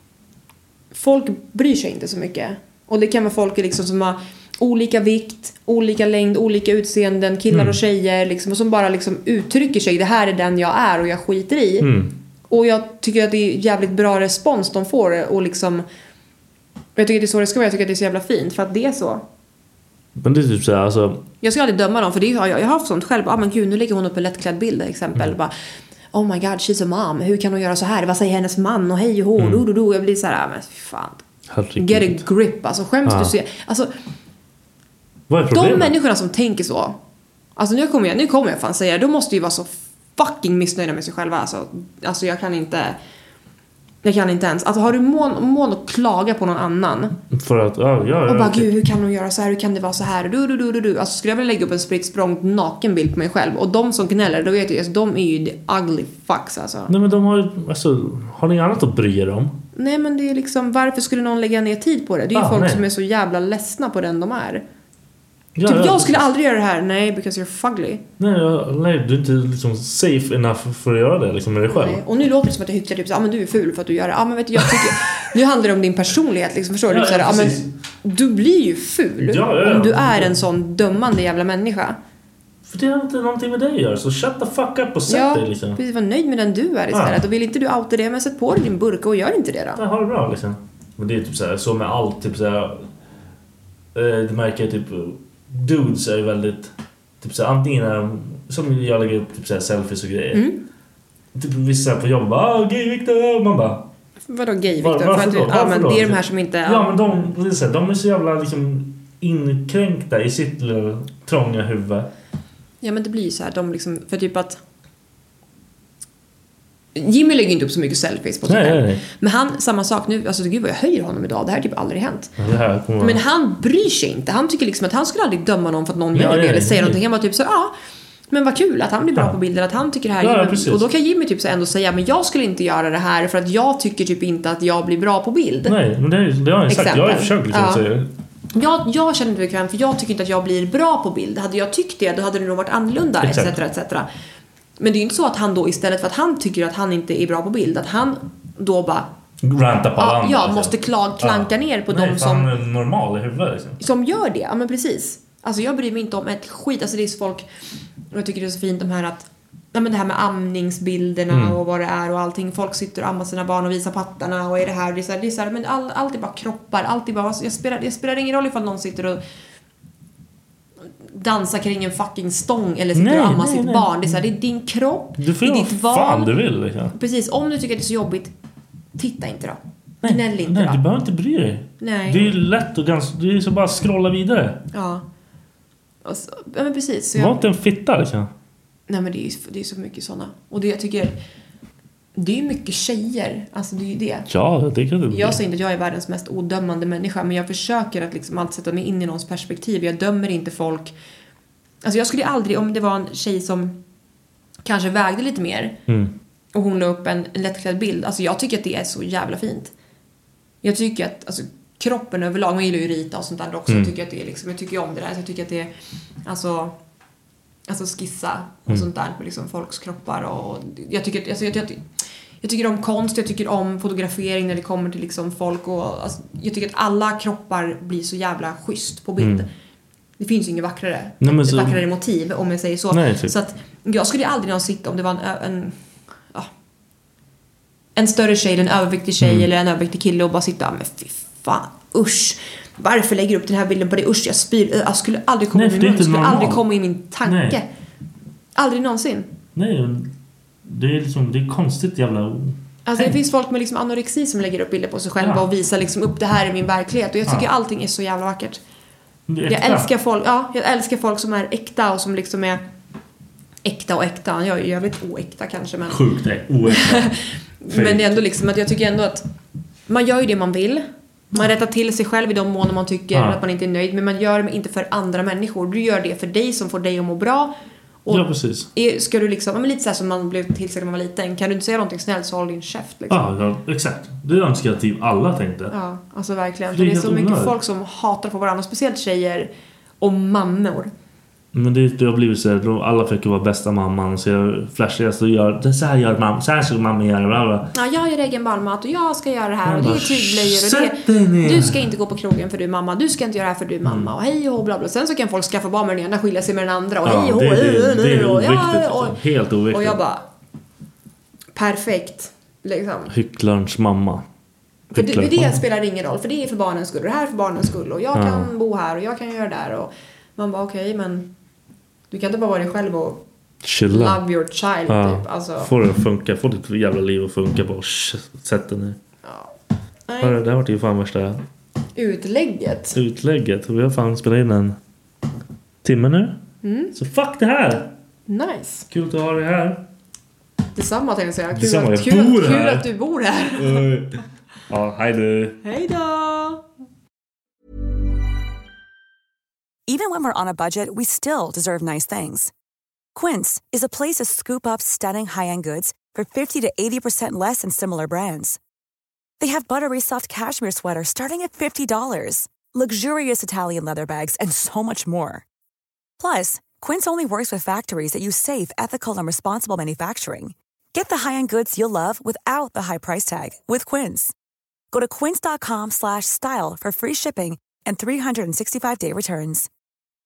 [SPEAKER 13] Folk bryr sig inte så mycket. Och det kan vara folk liksom som har olika vikt, olika längd, olika utseenden, killar och tjejer liksom, och som bara liksom uttrycker sig. Det här är den jag är och jag skiter i. Och jag tycker att det är jävligt bra respons de får. Och liksom, jag tycker att det är så det ska vara. Jag tycker att det är så jävla fint, för att det är så.
[SPEAKER 10] Men det är typ så här, alltså. Jag
[SPEAKER 13] ska aldrig döma dem, för det har jag har haft sånt själv. Men gud, nu lägger hon upp en lättklädd bild exempel. Bara, oh my god, she's a mom. Hur kan hon göra så här? Vad säger hennes man? Och hej och hå. Jag blir så här, men fan. Get a grip. Alltså skäms du se. Alltså,
[SPEAKER 10] vad är problemet?
[SPEAKER 13] De människorna som tänker så. Alltså nu kommer jag fan säga det. De måste ju vara så fucking missnöjda med sig själva. Alltså jag kan inte ens. Alltså har du mån att klaga på någon annan.
[SPEAKER 10] För att,
[SPEAKER 13] och bara, gud, hur kan hon göra så här? Hur kan det vara så här? Du. Alltså skulle jag vilja lägga upp en spritt språngt naken bild på mig själv. Och de som gnäller, då vet jag, alltså, de är ju the ugly fucks alltså.
[SPEAKER 10] Nej, men de har ju, alltså, har ni annat att bry er om?
[SPEAKER 13] Nej, men det är liksom, varför skulle någon lägga ner tid på det? Det är ju folk som är så jävla ledsna på den de är.
[SPEAKER 10] Ja,
[SPEAKER 13] typ, jag skulle aldrig göra det här. Nej, because you're fugly.
[SPEAKER 10] Nej, du är inte liksom safe enough för att göra det liksom med dig själv. Nej.
[SPEAKER 13] Och nu låter det som att jag hycklar typ så, men du är ful för att du gör det. Men vet du, jag tycker nu handlar det om din personlighet liksom, förstår du? Ja, så men du blir ju ful om du är en sån dömande jävla människa.
[SPEAKER 10] För det har inte någonting med dig att göra. Så shut the fuck up och sätt dig liksom.
[SPEAKER 13] Precis, var nöjd med den du är istället. Och vill inte du outa det, men sätt på dig din burka och gör inte det då.
[SPEAKER 10] Jag har det bra liksom. Men det är typ så med allt typ så här. Det märker jag typ. Dudes är ju väldigt typ så här, antingen är de, som jag lägger upp typ så här, selfies och grejer. Typ vissa på jobb bara, gay Victor, man bara.
[SPEAKER 13] Vadå gay Victor? För att men det är de här som inte.
[SPEAKER 10] Ja, men de är så jävla liksom inkränkta i sitt lilla trånga huvud.
[SPEAKER 13] Ja, men det blir ju så här, de liksom, för typ att Jimmy lägger inte upp så mycket selfies på sig själv. Men han, samma sak nu, alltså gud vad jag höjer honom idag. Det här har typ aldrig hänt. Men han bryr sig inte. Han tycker liksom att han skulle aldrig döma någon för att någon gör det eller säger någonting. Han bara typ så, men vad kul att han blir bra på bilder, att han tycker det här. Och då kan Jimmy typ så ändå säga, men jag skulle inte göra det här för att jag tycker typ inte att jag blir bra på bild.
[SPEAKER 10] Nej, men det har jag sagt. Jag har försökt liksom säga.
[SPEAKER 13] Jag känner inte bekväm, för jag tycker inte att jag blir bra på bild. Hade jag tyckt det, då hade det nog varit annorlunda, etc. Men det är ju inte så att han då, istället för att han tycker att han inte är bra på bild, att han då bara
[SPEAKER 10] ranta på alla andra,
[SPEAKER 13] måste klanka ner på dem som
[SPEAKER 10] är normal i huvudet liksom.
[SPEAKER 13] Som gör det, ja men precis. Alltså jag bryr mig inte om ett skit. Alltså det är så folk, och jag tycker det är så fint de här att, men det här med amningsbilderna och vad det är och allting. Folk sitter och ammar sina barn och visar pattarna och är det här, det är så här, men allt är bara kroppar, allt är bara, alltså, jag spelar ingen roll ifall någon sitter och dansa kring en fucking stång eller sitter och ammar sitt barn. Det är så här, det är din kropp,
[SPEAKER 10] du får
[SPEAKER 13] det är ditt val.
[SPEAKER 10] Fan du vill liksom.
[SPEAKER 13] Precis, om du tycker att det är så jobbigt, titta inte då. Gnäll inte
[SPEAKER 10] nej,
[SPEAKER 13] då.
[SPEAKER 10] du behöver inte bry dig.
[SPEAKER 13] Nej.
[SPEAKER 10] Det är ju lätt och ganska, det är så bara scrolla vidare.
[SPEAKER 13] Ja. Och så, ja men precis.
[SPEAKER 10] Var inte en fitta liksom.
[SPEAKER 13] Nej, men det är så mycket såna. Och det jag tycker, det är ju mycket tjejer. Alltså det är ju det.
[SPEAKER 10] Ja, det kan du.
[SPEAKER 13] Jag säger inte att jag är världens mest odömande människa, men jag försöker att liksom alltid sätta mig in i någons perspektiv. Jag dömer inte folk. Alltså jag skulle aldrig, om det var en tjej som kanske vägde lite mer och hon la upp en lättklädd bild. Alltså jag tycker att det är så jävla fint. Jag tycker att, alltså kroppen överlag, man gillar ju rita och sånt där också. Jag tycker att det är liksom, jag tycker om det där. Så jag tycker att det är, alltså skissa och sånt där på liksom folks kroppar. Och jag tycker, alltså jag tycker om konst, jag tycker om fotografering när det kommer till liksom folk. Och, alltså, jag tycker att alla kroppar blir så jävla schysst på bild. Det finns ju inget vackrare. Vackrare motiv, om jag säger så.
[SPEAKER 10] Nej, typ.
[SPEAKER 13] Så att jag skulle aldrig någon sitta, om det var en en större tjej eller en överviktig tjej eller en överviktig kille och bara sitta, men fy fan, usch. Varför lägger du upp den här bilden på det? Usch, jag spyr. Jag skulle aldrig komma i min mun. Skulle aldrig komma i min tanke. Nej. Aldrig någonsin.
[SPEAKER 10] Nej, det är liksom, det är konstigt jävla...
[SPEAKER 13] Alltså det finns folk med liksom anorexi som lägger upp bilder på sig själva och visar liksom upp det här i min verklighet. Och jag tycker allting är så jävla vackert. Jag älskar folk som är äkta och som liksom är äkta och äkta. Jag är jävligt oäkta kanske, men...
[SPEAKER 10] Sjukt oäkta.
[SPEAKER 13] Men det är ändå liksom att jag tycker ändå att man gör ju det man vill. Man rättar till sig själv i de mån man tycker att man inte är nöjd. Men man gör det inte för andra människor. Du gör det för dig som får dig att må bra. Och
[SPEAKER 10] ja, precis.
[SPEAKER 13] Ska du liksom, men lite så här som man blev tillsagd när man var liten. Kan du inte säga någonting snällt så håll din käft liksom.
[SPEAKER 10] Ja, exakt. Det är önskar jag typ alla tänkte.
[SPEAKER 13] Ja, alltså verkligen. Det är så mycket folk som hatar på varandra. Och speciellt tjejer och mammor.
[SPEAKER 10] Men det har blivit så här, alla försöker vara bästa mamman och så flashigast och gör det, så här gör mamma, så här ska mamma göra, bla bla.
[SPEAKER 13] Ja, jag gör egen barnmat och jag ska göra det här och det är tygblöjor och det. Du ska inte gå på krogen för du mamma, du ska inte göra det här för du mamma och hej och bla bla. Sen så kan folk skaffa barn med den ena, skilja sig med den andra och hej och
[SPEAKER 10] det är oviktigt, helt oviktigt.
[SPEAKER 13] Och jag bara perfekt liksom.
[SPEAKER 10] Hycklarns mamma.
[SPEAKER 13] För det spelar ingen roll, för det är för barnens skull och det här är för barnens skull och jag kan bo här och jag kan göra det där och man bara okej, men du kan inte bara vara dig själv och
[SPEAKER 10] chilla.
[SPEAKER 13] Love your child typ. Alltså.
[SPEAKER 10] Få det att funka, få ditt jävla liv att funka på sättet nu. Det här var ju fan värsta
[SPEAKER 13] Utlägget.
[SPEAKER 10] Vi har fan spelat in en timme nu. Så fuck det här.
[SPEAKER 13] Nice.
[SPEAKER 10] Kul att ha dig här.
[SPEAKER 13] Detsamma tänkte jag säga.
[SPEAKER 10] Kul
[SPEAKER 13] att du bor här.
[SPEAKER 10] Ja, hej du.
[SPEAKER 13] Hej då.
[SPEAKER 5] Even when we're on a budget, we still deserve nice things. Quince is a place to scoop up stunning high-end goods for 50 to 80% less than similar brands. They have buttery soft cashmere sweaters starting at $50, luxurious Italian leather bags, and so much more. Plus, Quince only works with factories that use safe, ethical, and responsible manufacturing. Get the high-end goods you'll love without the high price tag with Quince. Go to quince.com/style for free shipping and 365-day returns.